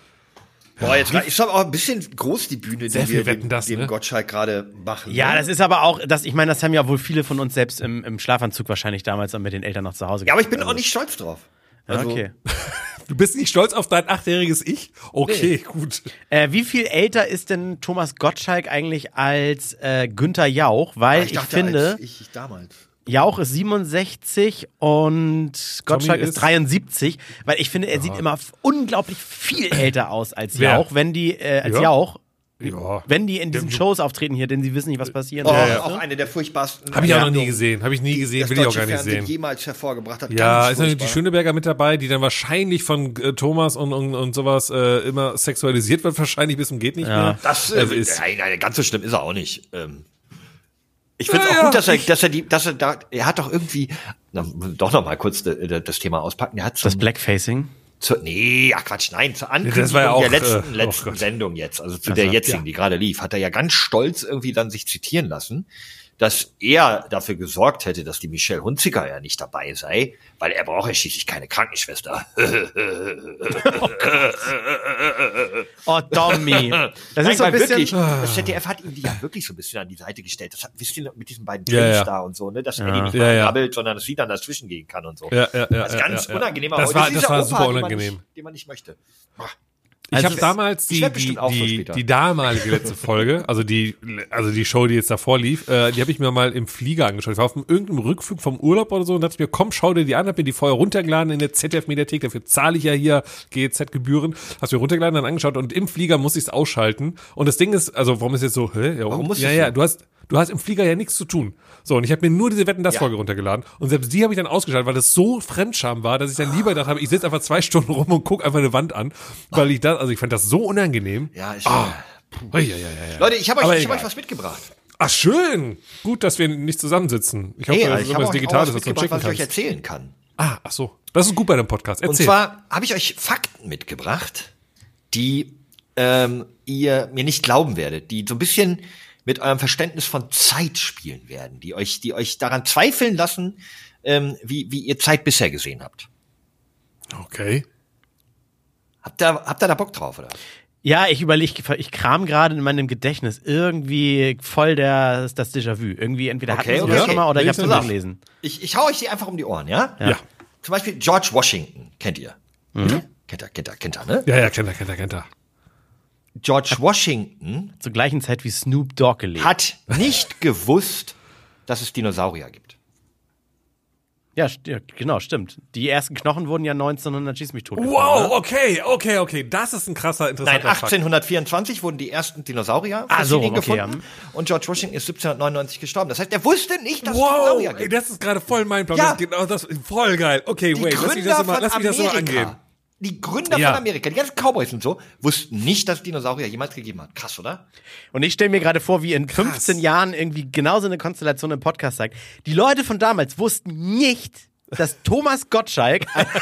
Boah, jetzt ist aber auch ein bisschen groß die Bühne, Sehr die viel wir Wetten, dem, das, dem ne? Gottschalk gerade machen. Ja, ne? das ist aber auch, das, ich meine, das haben ja wohl viele von uns selbst im, im Schlafanzug wahrscheinlich damals mit den Eltern noch zu Hause Ja, aber ich bin gemacht. auch nicht stolz drauf. Ja, Also, okay. Du bist nicht stolz auf dein achtjähriges Ich? Okay, gut. Äh, wie viel älter ist denn Thomas Gottschalk eigentlich als äh, Günther Jauch? Weil ich, ich dachte, finde, als ich, ich damals. Jauch ist siebenundsechzig und Gottschalk ist ist- dreiundsiebzig, weil ich finde, er sieht immer f- unglaublich viel älter aus als Wer? Jauch, wenn die, äh, als Ja. Jauch, Ja. wenn die in diesen Shows auftreten hier, denn sie wissen nicht, was passieren Oh, wird. auch eine der furchtbarsten. Habe ich auch noch nie Sendungen, gesehen. Habe ich nie die gesehen, das will ich auch deutsche gar nicht Fernsehen sehen. jemals hervorgebracht hat. Ja, Ganz ist natürlich die furchtbar. Schöneberger mit dabei, die dann wahrscheinlich von äh, Thomas und, und, und sowas äh, immer sexualisiert wird, wahrscheinlich bis zum geht nicht Ja. mehr. Das äh, Also ist- nein, nein, ganz so schlimm ist er auch nicht. Ähm, ich finde es Ja, auch ja, gut, dass er, dass er die, dass er da, er hat doch irgendwie, na, doch noch mal kurz de, de, das Thema auspacken. Er hat so Das ein- Blackfacing? Zur, nee, ach Quatsch, nein, zur Ankündigung das war ja auch, der letzten, äh, letzten oh Gott. Sendung jetzt, also zu Also, der jetzigen, ja. die gerade lief, hat er ja ganz stolz irgendwie dann sich zitieren lassen, dass er dafür gesorgt hätte, dass die Michelle Hunziker ja nicht dabei sei, weil er braucht ja schließlich keine Krankenschwester. Oh, Tommy. Das Nein, ist so ein weil bisschen. wirklich, das Z D F hat ihm die ja wirklich so ein bisschen an die Seite gestellt. Das hat, wisst ihr, mit diesen beiden Ja, Twins ja. da und so, ne, dass Ja. er die nicht Ja, mal ja. brabbelt, sondern dass sie dann dazwischen gehen kann und so. Ja, ja, ja, Das ist ja, ganz ja, ja. unangenehm, Das aber war, ist das dieser war Opa, super den man unangenehm. nicht- Den man nicht möchte. Ich Also habe es- damals ich die, werd die, bestimmt auch so die, später. die damalige letzte Folge, also die, also die Show, die jetzt davor lief, äh, die habe ich mir mal im Flieger angeschaut. Ich war auf irgendeinem Rückflug vom Urlaub oder so und dachte mir, komm, schau dir die an, hab mir die vorher runtergeladen in der Z D F-Mediathek, dafür zahle ich ja hier G E Z-Gebühren, hast mir runtergeladen, dann angeschaut und im Flieger muss ich es ausschalten. Und das Ding ist, also warum ist jetzt so, hä? Ja, Warum und? musst ja, du's ja, so? du hast, du hast im Flieger ja nichts zu tun. So, und ich habe mir nur diese Wetten, das Ja. Folge runtergeladen und selbst die habe ich dann ausgeschaltet, weil das so Fremdscham war, dass ich dann lieber gedacht habe, ich sitze einfach zwei Stunden rum und guck einfach eine Wand an, weil ich das, also ich fand das so unangenehm. Ja, ich, Ah. Ja, ja, ja, ja. Leute, ich habe Aber euch, ich hab egal. euch was mitgebracht. Ach, schön. Gut, dass wir nicht zusammensitzen. Ich hoffe, Hey, das ich ist habe was euch auch Digitales, was was du mitgebracht, checken was ich euch kannst. erzählen kann. Ah, ach so. Das ist gut bei dem Podcast. Und Erzähl. zwar habe ich euch Fakten mitgebracht, die ähm, ihr mir nicht glauben werdet, die so ein bisschen mit eurem Verständnis von Zeit spielen werden, die euch, die euch daran zweifeln lassen, ähm, wie, wie ihr Zeit bisher gesehen habt. Okay. Habt ihr, habt ihr da Bock drauf, oder? Ja, ich überlege, ich kram gerade in meinem Gedächtnis irgendwie voll der, das Déjà-vu. Irgendwie entweder hatten Okay, wir okay, sowas okay. schon mal oder ich Lesen habe wir es nach. gelesen. Ich, ich hau euch die einfach um die Ohren, ja? Ja. Zum Beispiel George Washington, kennt ihr? Mhm. Kennt ihr, kennt ihr, kennt ihr, ne? Ja, ja, kennt er, kennt er, kennt er. George Washington Zur gleichen Zeit wie Snoop Dogg gelebt. hat nicht gewusst, dass es Dinosaurier gibt. Ja, st- ja, genau, stimmt. Die ersten Knochen wurden ja neunzehnhundert schieß mich tot gefunden, Wow, ne? okay, okay, okay. Das ist ein krasser, Nein, interessanter Fakt. achtzehnhundertvierundzwanzig wurden die ersten Dinosaurier Ah, so, okay, gefunden und George Washington ist siebzehnhundertneunundneunzig gestorben. Das heißt, er wusste nicht, dass es Wow, Dinosaurier ey, gibt. das ist gerade voll mein Plan. Ja. Das, genau, das voll geil. Okay, Die wait, lass mich Gründer das immer, von lass mich das immer Amerika, angehen. die Gründer Ja. von Amerika, die ganzen Cowboys und so, wussten nicht, dass es Dinosaurier jemals gegeben hat. Krass, oder? Und ich stelle mir gerade vor, wie in fünfzehn Jahren irgendwie genauso eine Konstellation im Podcast sagt. Die Leute von damals wussten nicht, dass Thomas Gottschalk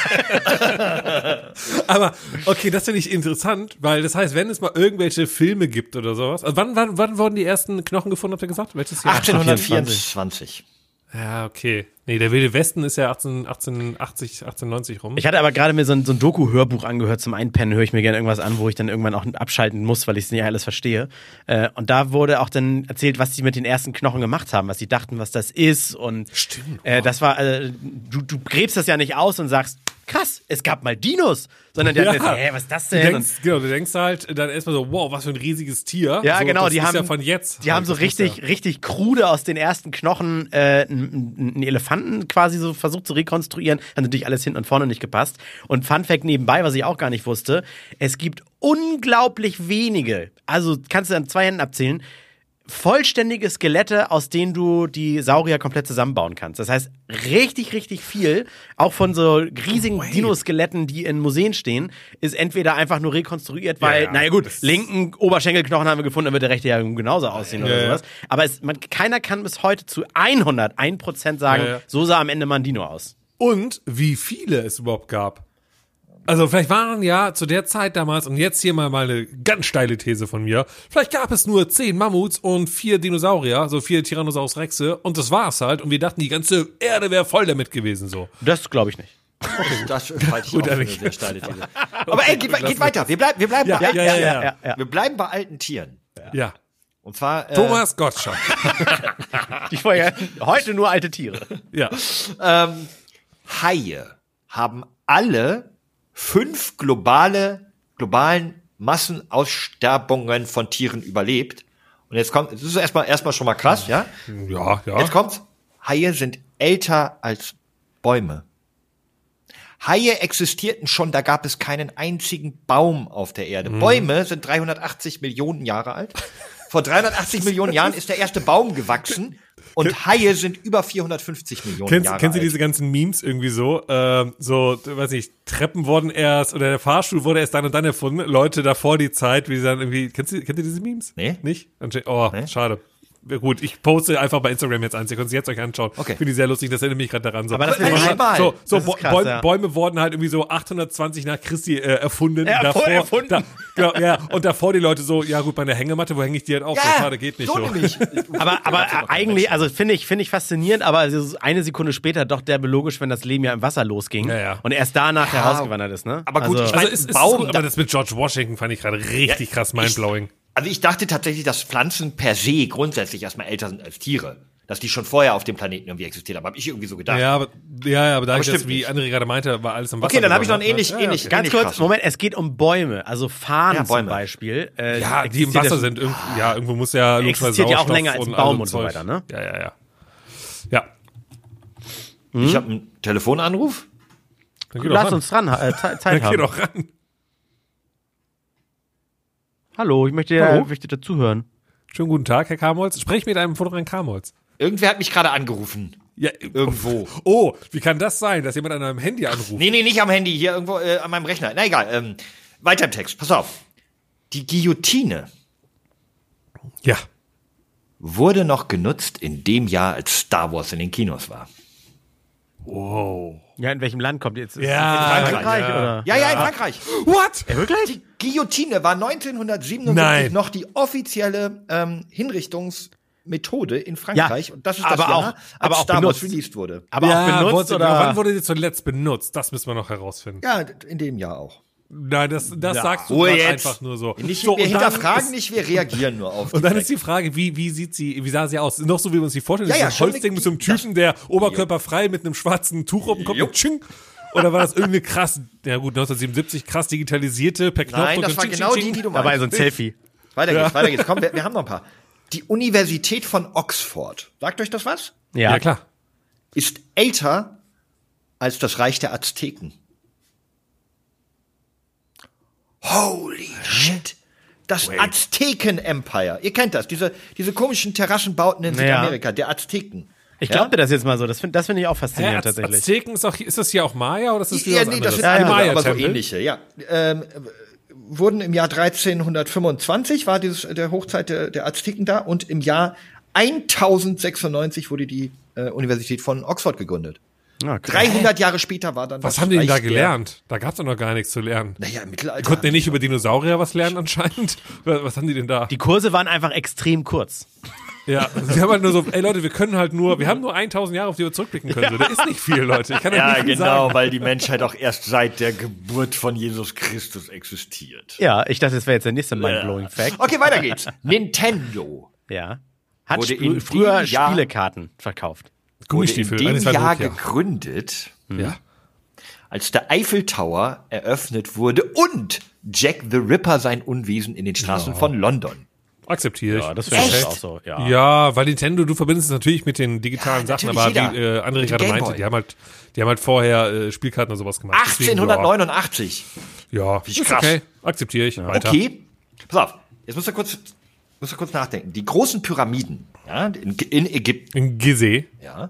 Aber, okay, das finde ich interessant, weil das heißt, wenn es mal irgendwelche Filme gibt oder sowas. Also wann, wann, wann wurden die ersten Knochen gefunden, habt ihr gesagt? Welches Jahr? achtzehnhundertvierundzwanzig. Ja, okay. Nee, der Wilde Westen ist ja achtzehn, achtzehnhundert achtzehnhundert rum. Ich hatte aber gerade mir so ein, so ein Doku-Hörbuch angehört. Zum Einpennen höre ich mir gerne irgendwas an, wo ich dann irgendwann auch abschalten muss, weil ich es nicht alles verstehe. Äh, und da wurde auch dann erzählt, was sie mit den ersten Knochen gemacht haben, was sie dachten, was das ist. Und Stimmt. äh, das war, äh, du, du gräbst das ja nicht aus und sagst, krass, es gab mal Dinos. Sondern die Ja. hatten jetzt, hä, was ist das Du denn? denkst, genau, du denkst halt dann erstmal so, wow, was für ein riesiges Tier. Ja, so, genau, das die ist haben ja von jetzt. Die haben so Das muss richtig, ja- richtig krude aus den ersten Knochen äh, einen einen Elefanten quasi so versucht zu rekonstruieren. Hat natürlich alles hinten und vorne nicht gepasst. Und Fun Fact nebenbei, was ich auch gar nicht wusste: Es gibt unglaublich wenige, also kannst du an zwei Händen abzählen, vollständige Skelette, aus denen du die Saurier komplett zusammenbauen kannst. Das heißt, richtig, richtig viel, auch von so riesigen Dinoskeletten, die in Museen stehen, ist entweder einfach nur rekonstruiert, weil, ja, naja gut, das- linken Oberschenkelknochen haben wir gefunden, dann wird der rechte ja genauso aussehen oder Ja, ja. sowas. Aber es, man, keiner kann bis heute zu hundert Prozent sagen, Ja, ja. so sah am Ende mal ein Dino aus. Und wie viele es überhaupt gab. Also vielleicht waren ja zu der Zeit damals, und jetzt hier mal, mal eine ganz steile These von mir, vielleicht gab es nur zehn Mammuts und vier Dinosaurier, so vier Tyrannosaurus Rexe, und das war's halt. Und wir dachten, die ganze Erde wäre voll damit gewesen so. Das glaube ich nicht. Das halte ich Gut, auch für eine ehrlich. sehr steile These. Aber ey, geht, geht weiter. Wir bleiben, wir bleiben Ja, bei ja, alten ja, ja, Tieren. ja. ja. Wir bleiben bei alten Tieren. Ja. Und zwar äh, Thomas Gottschalk. Die vorher, heute nur alte Tiere. Ja. ähm, Haie haben alle fünf globale, globalen Massenaussterbungen von Tieren überlebt. Und jetzt kommt, das ist erstmal, erstmal schon mal krass, ja? Ja, ja. Jetzt kommt's. Haie sind älter als Bäume. Haie existierten schon, da gab es keinen einzigen Baum auf der Erde. Mhm. Bäume sind dreihundertachtzig Millionen Jahre alt. Vor dreihundertachtzig Millionen Jahren ist der erste Baum gewachsen und Haie sind über vierhundertfünfzig Millionen Kennst, Jahre kennst du alt. diese ganzen Memes irgendwie so? Ähm, so, weiß ich, Treppen wurden erst, oder der Fahrstuhl wurde erst dann und dann erfunden. Leute davor die Zeit, wie sie dann irgendwie, kennst du, kennt ihr diese Memes? Nee. Nicht? Anscheinend- Oh, Nee. schade. gut, ich poste einfach bei Instagram jetzt eins, ihr könnt es jetzt euch anschauen. Okay. Finde ich sehr lustig, das erinnert mich gerade daran. So. Aber das will ich einmal. So, so Das ist Bo- krass, Bäume, ja. Bäume wurden halt irgendwie so achthundertzwanzig nach Christi äh, erfunden. Ja, davor, voll erfunden. Da, genau, ja, und davor die Leute so, ja gut, bei einer Hängematte, wo hänge ich die halt auf? So, schade, geht nicht so. nämlich. Aber, aber äh, eigentlich, also finde ich, finde ich faszinierend, aber also eine Sekunde später doch derbe logisch, wenn das Leben ja im Wasser losging Ja, ja. und erst danach Ja, herausgewandert ist, ne? aber gut, also, ich mein- Also es ist Baum, gut, aber das mit George Washington fand ich gerade richtig krass mindblowing. Also ich dachte tatsächlich, dass Pflanzen per se grundsätzlich erstmal älter sind als Tiere. Dass die schon vorher auf dem Planeten irgendwie existiert haben. Habe ich irgendwie so gedacht. Ja, aber, ja, ja, aber da Aber ich das, stimmt wie nicht. André gerade meinte, war alles im Wasser. Okay, dann habe ich noch einen geworden, ähnlich, ne? Ja, ja, ähnlich, okay. ganz ähnlich kurz, krassen. Moment, es geht um Bäume, also Fahnen Ja, Bäume. zum Beispiel. Äh, Ja, die im existiert Wasser ja- sind. Irgend, ja, irgendwo muss ja Existiert ja auch länger als ein all Baum so und so Zeug. weiter, ne? Ja, ja, ja. Ja, Ich habe einen Telefonanruf. dann geh doch Lass ran. uns dran, äh, Ze- Zeit Dann geh haben. doch ran. Hallo, ich möchte, Hallo? ich möchte dazuhören. Schönen guten Tag, Herr Kamholz. Sprech mit einem Fotografen Kamholz. Irgendwer hat mich gerade angerufen. Ja, Irgendwo. Oh, wie kann das sein, dass jemand an einem Handy anruft? Nee, nee, nicht am Handy, hier irgendwo äh, an meinem Rechner. Na egal, ähm, weiter im Text. Pass auf. Die Guillotine Ja. wurde noch genutzt in dem Jahr, als Star Wars in den Kinos war. Wow. Ja, in welchem Land kommt jetzt? Ja, in Frankreich ja. oder? Ja, ja, in Frankreich. What? Ja, wirklich? Die Guillotine war neunzehnhundertsiebenundsiebzig Nein. noch die offizielle ähm, Hinrichtungsmethode in Frankreich. Ja, Und das ist das aber Jahr, auch- als aber auch Star Wars benutzt. released wurde. Aber ja, auch benutzt wurde, oder? Wann wurde die zuletzt benutzt? Das müssen wir noch herausfinden. Ja, in dem Jahr auch. Nein, das, das Ja. sagst du Ruhe grad jetzt. einfach nur so. Nicht, so wir und dann hinterfragen ist, nicht, wir reagieren nur auf Und dann die ist die Frage, wie, wie sieht sie, wie sah sie aus? Noch so, wie wir uns die vorstellen? Ja, ja, Dieses schon Holzding eine- mit so einem Typen, der oberkörperfrei mit einem schwarzen Tuch auf dem Kopf Jo. und tsching. Oder war das irgendeine krass, ja gut, neunzehnhundertsiebenundsiebzig, krass digitalisierte, per Knopfdruck Nein, das und war tsching, genau tsching, die, die tsching. du meinst. Dabei so ein Selfie. Weiter Ja. geht's, weiter geht's. Komm, wir, wir haben noch ein paar. Die Universität von Oxford, sagt euch das was? Ja, Ja, klar. Ist älter als das Reich der Azteken. Holy shit. Das Azteken-Empire. Ihr kennt das, diese, diese komischen Terrassenbauten in Naja. Südamerika, der Azteken. Ich Ja? glaube dir das jetzt mal so. Das finde das find ich auch Hä, faszinierend Az- tatsächlich. Azteken ist auch, ist das hier auch Maya oder ist das wieder Ja, was nee, das anderes? sind Ja, ja, andere, aber so Maya-Tempel? ähnliche, ja. Ähm, wurden im Jahr dreizehnhundertfünfundzwanzig war dieses, der Hochzeit der, der Azteken da und im Jahr tausendsechsundneunzig wurde die äh, Universität von Oxford gegründet. Ja, krass. dreihundert Jahre später war dann Was das haben die denn da Reich der- gelernt? Da gab's doch noch gar nichts zu lernen. Naja, im Mittelalter. Konnten die nicht über Dinosaurier was lernen anscheinend? Was was haben die denn da? Die Kurse waren einfach extrem kurz. Ja, sie haben halt nur so, ey Leute, wir können halt nur, wir haben nur tausend Jahre, auf die wir zurückblicken können. So, da ist nicht viel, Leute. Ich kann da Ja, nicht viel genau, sagen. weil die Menschheit auch erst seit der Geburt von Jesus Christus existiert. Ja, ich dachte, das wäre jetzt der nächste mindblowing Fact. Okay, weiter geht's. Nintendo Ja. Hat Wurde sp in früher dem Jahr- Spielekarten verkauft. wurde in Gummistiefel. dem eines war Jahr Nokia. gegründet, Ja. als der Eiffel Tower eröffnet wurde und Jack the Ripper sein Unwesen in den Straßen Ja. von London. Akzeptiere ich. Ja, das finde ich Echt? auch so. Ja. Ja, weil Nintendo, du verbindest es natürlich mit den digitalen Ja, Sachen, natürlich aber wie jeder. äh, André Mit dem gerade Game meinte, Boy. die haben halt, die haben halt vorher äh, Spielkarten und sowas gemacht. Deswegen, achtzehnhundertneunundachtzig. Ja, ja ich ist krass. okay. Akzeptiere ich. Weiter. Okay, pass auf, jetzt müsst ihr kurz, müsst ihr kurz nachdenken. Die großen Pyramiden ja, in, in Ägypten In Gizeh. ja,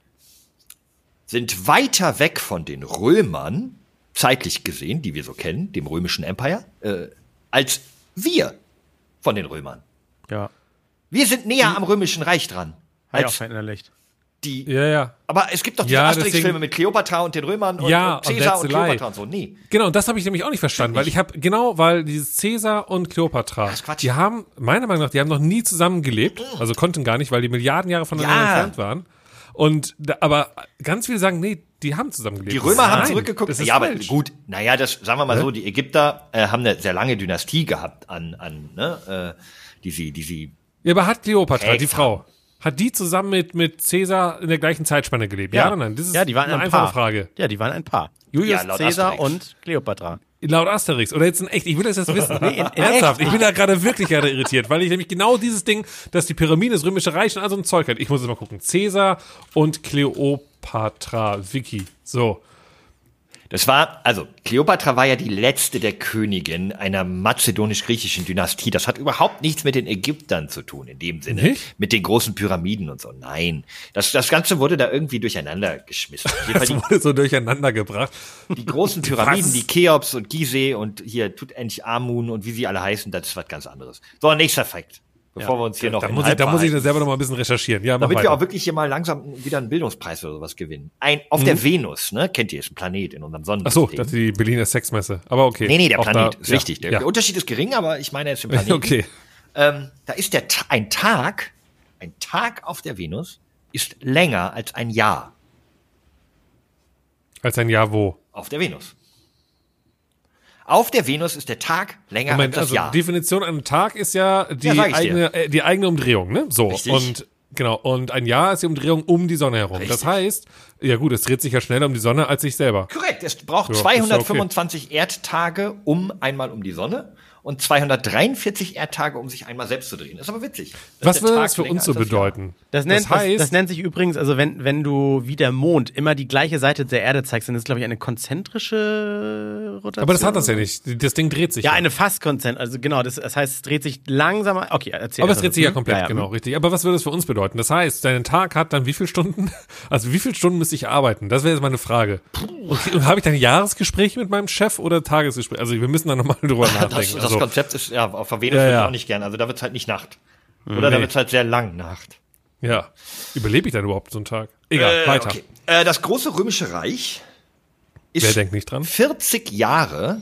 sind weiter weg von den Römern, zeitlich gesehen, die wir so kennen, dem römischen Empire, äh, als wir von den Römern. Ja. Wir sind näher am römischen Reich dran. Hab ich auch Als verinnerlicht. die, Ja, ja. aber es gibt doch diese Ja, Asterix-Filme deswegen- mit Kleopatra und den Römern und, Ja, und und Caesar that's und a lie. Kleopatra und so. Nee. Genau, und das habe ich nämlich auch nicht verstanden, weil ich habe, genau, weil dieses Caesar und Kleopatra, ist Quatsch. die haben, meiner Meinung nach, die haben noch nie zusammengelebt, also konnten gar nicht, weil die Milliarden Jahre voneinander Ja. entfernt waren. Und, da, aber ganz viele sagen, nee, die haben zusammengelebt. Die Römer haben Nein, zurückgeguckt. das ist Ja, aber falsch. gut, naja, das sagen wir mal so, die Ägypter äh, haben eine sehr lange Dynastie gehabt an, an ne, äh, die sie, die sie. Ja, aber hat Kleopatra, Prägt die Frau, hat die zusammen mit, mit Caesar in der gleichen Zeitspanne gelebt? Ja, oder nein? Das ist ja, die waren eine ein einfache Paar. Frage. Ja, die waren ein Paar. Julius Ja, laut Caesar Asterix. und Kleopatra. Laut Asterix. Oder jetzt in echt, ich will das jetzt wissen. Nee, in, ernsthaft, ich bin da gerade wirklich gerade irritiert, weil ich nämlich genau dieses Ding, dass die Pyramiden, das Römische Reich und all so ein Zeug hat. Ich muss jetzt mal gucken. Caesar und Kleopatra, Wiki. So. Das war, also Kleopatra war ja die letzte der Königin einer mazedonisch-griechischen Dynastie. Das hat überhaupt nichts mit den Ägyptern zu tun, in dem Sinne. Nicht? Mit den großen Pyramiden und so. Nein. Das, das Ganze wurde da irgendwie durcheinander geschmissen. Auf jeden Fall Das die, wurde so durcheinander gebracht. die großen Pyramiden, Was? die Cheops und Gizeh und hier Tutanchamun und wie sie alle heißen, das ist was ganz anderes. So, nächster Fakt. bevor Ja. wir uns hier noch Da in muss ich, da muss ich Halbwahrheiten- das selber noch mal ein bisschen recherchieren. Ja, mach Damit weiter. wir auch wirklich hier mal langsam wieder einen Bildungspreis oder sowas gewinnen. Ein, auf Mhm. der Venus, ne, kennt ihr, ist ein Planet in unserem Ach Sonnensystem. so, das ist die Berliner Sexmesse. Aber okay. Nee, nee, der Auch Planet da, ist ja, wichtig. Der, ja. der Unterschied ist gering, aber ich meine jetzt den Planeten. Okay. Ähm, da ist der Ta- ein Tag, ein Tag auf der Venus ist länger als ein Jahr Als ein Jahr wo? auf der Venus. Auf der Venus ist der Tag länger Moment, als das also Jahr. Definition an einem Tag ist ja die, Ja, sag ich dir. eigene, äh, die eigene Umdrehung, ne? So. Richtig. Und genau, und ein Jahr ist die Umdrehung um die Sonne herum. Das Richtig. heißt, ja gut, es dreht sich ja schneller um die Sonne als sich selber. Korrekt, es braucht Ja, ist ja okay. zweihundertfünfundzwanzig Erdtage, um einmal um die Sonne und zweihundertdreiundvierzig Erdtage, um sich einmal selbst zu drehen. Ist aber witzig. Das Was ist der würde Tag das für länger uns so als das Jahr. bedeuten? Das nennt, das heißt, das, das nennt sich übrigens, also wenn, wenn du wie der Mond immer die gleiche Seite der Erde zeigst, dann ist, glaube ich, eine konzentrische Rotation. aber das hat das ja nicht. Das Ding dreht sich. Ja, eine fast konzentrische, also genau, das, das heißt, es dreht sich langsamer. Okay, erzähl. Aber es also, dreht sich ja hm? komplett, Ja, ja. genau, richtig. Aber was würde das für uns bedeuten? Das heißt, dein Tag hat dann wie viele Stunden? Also wie viele Stunden müsste ich arbeiten? Das wäre jetzt meine Frage. Okay, und habe ich dann Jahresgespräche mit meinem Chef oder Tagesgespräche? Also wir müssen da nochmal drüber Das, nachdenken. das Also, Konzept ist, ja, auf der Venus Ja, würde ich ja. auch nicht gern. Also da wird's halt nicht Nacht. Oder da Nee. wird's halt sehr lang Nacht. ja. Überlebe ich dann überhaupt so einen Tag? Egal, Äh, weiter. okay. Äh, das große römische Reich ist Wer denkt nicht dran? vierzig Jahre,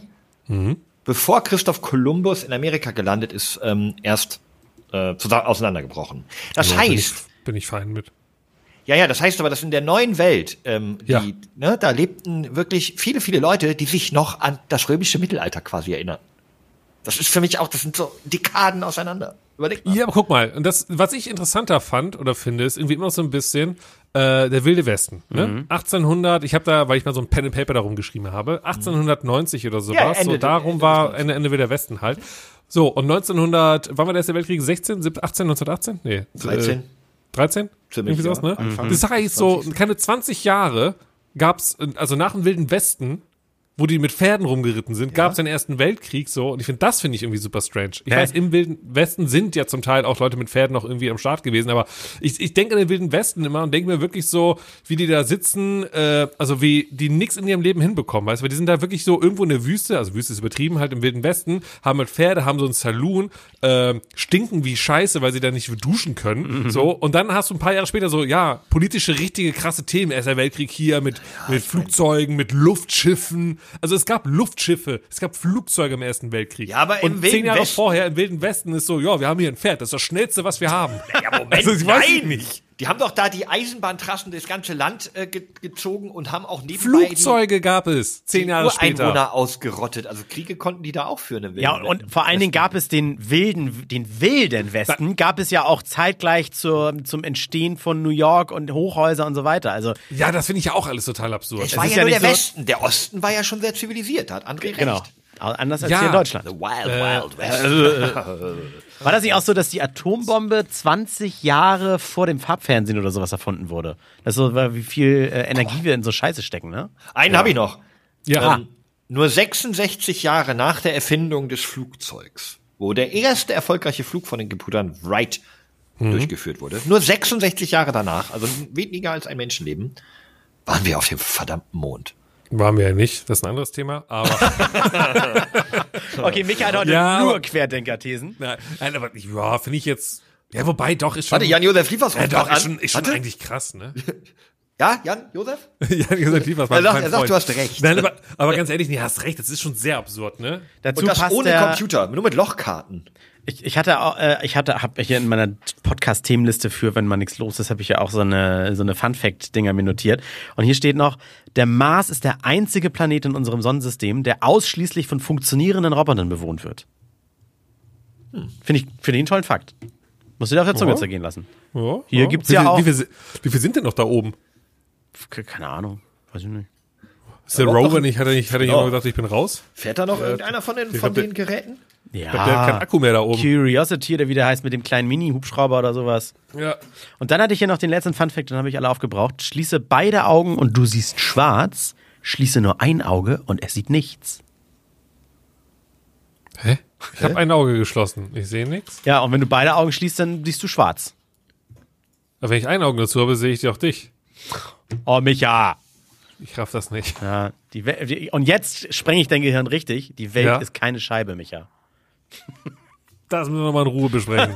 bevor Christoph Kolumbus in Amerika gelandet ist, ähm, erst äh, zusammen- auseinandergebrochen. Das Also, bin heißt, ich, bin ich fein mit. ja, ja, das heißt aber, dass in der neuen Welt, ähm, die, Ja. ne, da lebten wirklich viele, viele Leute, die sich noch an das römische Mittelalter quasi erinnern. Das ist für mich auch, das sind so Dekaden auseinander. Überleg mal. Ja, aber guck mal, und das, was ich interessanter fand oder finde, ist irgendwie immer noch so ein bisschen äh, der Wilde Westen. Ne? Mhm. achtzehnhundert, ich habe da, weil ich mal so ein Pen and Paper darum geschrieben habe, achtzehnhundertneunzig oder sowas, Ja, Ende so des- darum Ende war des Ende, Ende Wilder Westen halt. So, und neunzehnhundert, wann war der Erste Weltkrieg? sechzehn, siebzehn, achtzehn, neunzehnhundertachtzehn? Nee. dreizehn. Äh, dreizehn? Ziemlich, Irgendwie sowas, ja. ne? Anfang Das heißt, so zwanzig. keine zwanzig Jahre gab's, äh, also nach dem Wilden Westen, wo die mit Pferden rumgeritten sind, gab's den Ersten Weltkrieg so. Und ich finde, das finde ich irgendwie super strange. Ich Hä? weiß, im Wilden Westen sind ja zum Teil auch Leute mit Pferden noch irgendwie am Start gewesen, aber ich, ich denke an den Wilden Westen immer und denke mir wirklich so, wie die da sitzen, äh, also wie die nichts in ihrem Leben hinbekommen, weißt du, weil die sind da wirklich so irgendwo in der Wüste, also Wüste ist übertrieben, halt im Wilden Westen, haben halt Pferde, haben so einen Saloon, äh, stinken wie Scheiße, weil sie da nicht duschen können, so. Und dann hast du ein paar Jahre später so, ja, politische, richtige, krasse Themen, Erster Weltkrieg hier mit, mit Flugzeugen, mit Luftschiffen, also es gab Luftschiffe, es gab Flugzeuge im Ersten Weltkrieg. Ja, aber im und Wilden zehn Jahre Westen- vorher im Wilden Westen ist so, ja, wir haben hier ein Pferd, das ist das Schnellste, was wir haben. Ja, Moment, Also, ich weiß nein! nicht. Die haben doch da die Eisenbahntrassen durchs ganze Land äh, ge gezogen und haben auch nebenbei Flugzeuge gab es, zehn die Jahre später. Ureinwohner ausgerottet. Also Kriege konnten die da auch führen. Im Ja, Wilden und Westen. vor allen Dingen gab es den wilden, den wilden Westen, gab es ja auch zeitgleich zur, zum Entstehen von New York und Hochhäuser und so weiter. Also, Ja, das finde ich ja auch alles total absurd. Es war ist ja ja nur nicht der so- Westen. Der Osten war ja schon sehr zivilisiert. Da hat André genau. recht. Anders als Ja. hier in Deutschland. The Wild, Äh, Wild West. War das nicht auch so, dass die Atombombe zwanzig Jahre vor dem Farbfernsehen oder sowas erfunden wurde? Das so war, wie viel äh, Energie wir in so Scheiße stecken, ne? Einen habe ich noch. Ja. Ähm, nur sechsundsechzig Jahre nach der Erfindung des Flugzeugs, wo der erste erfolgreiche Flug von den Gebrüdern Wright durchgeführt wurde, nur sechsundsechzig Jahre danach, also weniger als ein Menschenleben, waren wir auf dem verdammten Mond. Waren wir ja nicht, das ist ein anderes Thema, aber Okay, Micha hat heute Ja, nur aber- Querdenker-Thesen. nein, nein, aber ja, finde ich jetzt, ja, wobei doch ist schon, Warte, Jan-Josef Liefers ja, ruft doch, grad ist an. schon, ist schon Warte. eigentlich krass, ne? Ja, Jan-Josef? ja, gesagt, Liefers, mein, Er sagt- mein er sagt, Freund. du hast recht. Nein, aber, aber ganz ehrlich, nee, hast recht, das ist schon sehr absurd, ne? Dazu Und das passt ohne der, Computer, nur mit Lochkarten. Ich, ich hatte auch, äh, ich hatte, hab hier in meiner Podcast-Themenliste für, wenn mal nichts los ist, habe ich ja auch so eine, so eine Fun-Fact-Dinger mir notiert. Und hier steht noch, der Mars ist der einzige Planet in unserem Sonnensystem, der ausschließlich von funktionierenden Robotern bewohnt wird. Finde ich, finde ich einen tollen Fakt. Musst du dir auf der Zunge Ja. zergehen lassen. Ja, Hier ja. gibt's wie ja viel, auch- Wie viel, wie viel sind denn noch da oben? Ke- Keine Ahnung. Weiß ich nicht. Ist der Aber Rover doch- nicht, hat er nicht, hat er nicht Ja. immer gesagt, ich bin raus? Fährt da noch irgendeiner von den, ich von glaub, den Geräten? Ich glaub, der hat keinen Ja, Akku mehr da oben. Curiosity oder wie der heißt mit dem kleinen Mini-Hubschrauber oder sowas. Ja. Und dann hatte ich hier noch den letzten Funfact, den habe ich alle aufgebraucht. Schließe beide Augen und du siehst schwarz. Schließe nur ein Auge und er sieht nichts. Hä? Ich habe ein Auge geschlossen. Ich sehe nichts. Ja, und wenn du beide Augen schließt, dann siehst du schwarz. Aber wenn ich ein Auge dazu habe, sehe ich auch dich. Oh, Micha. Ich raff das nicht. Ja, die We die, und jetzt sprenge ich dein Gehirn richtig. Die Welt Ja. ist keine Scheibe, Micha. Das müssen wir nochmal in Ruhe besprechen.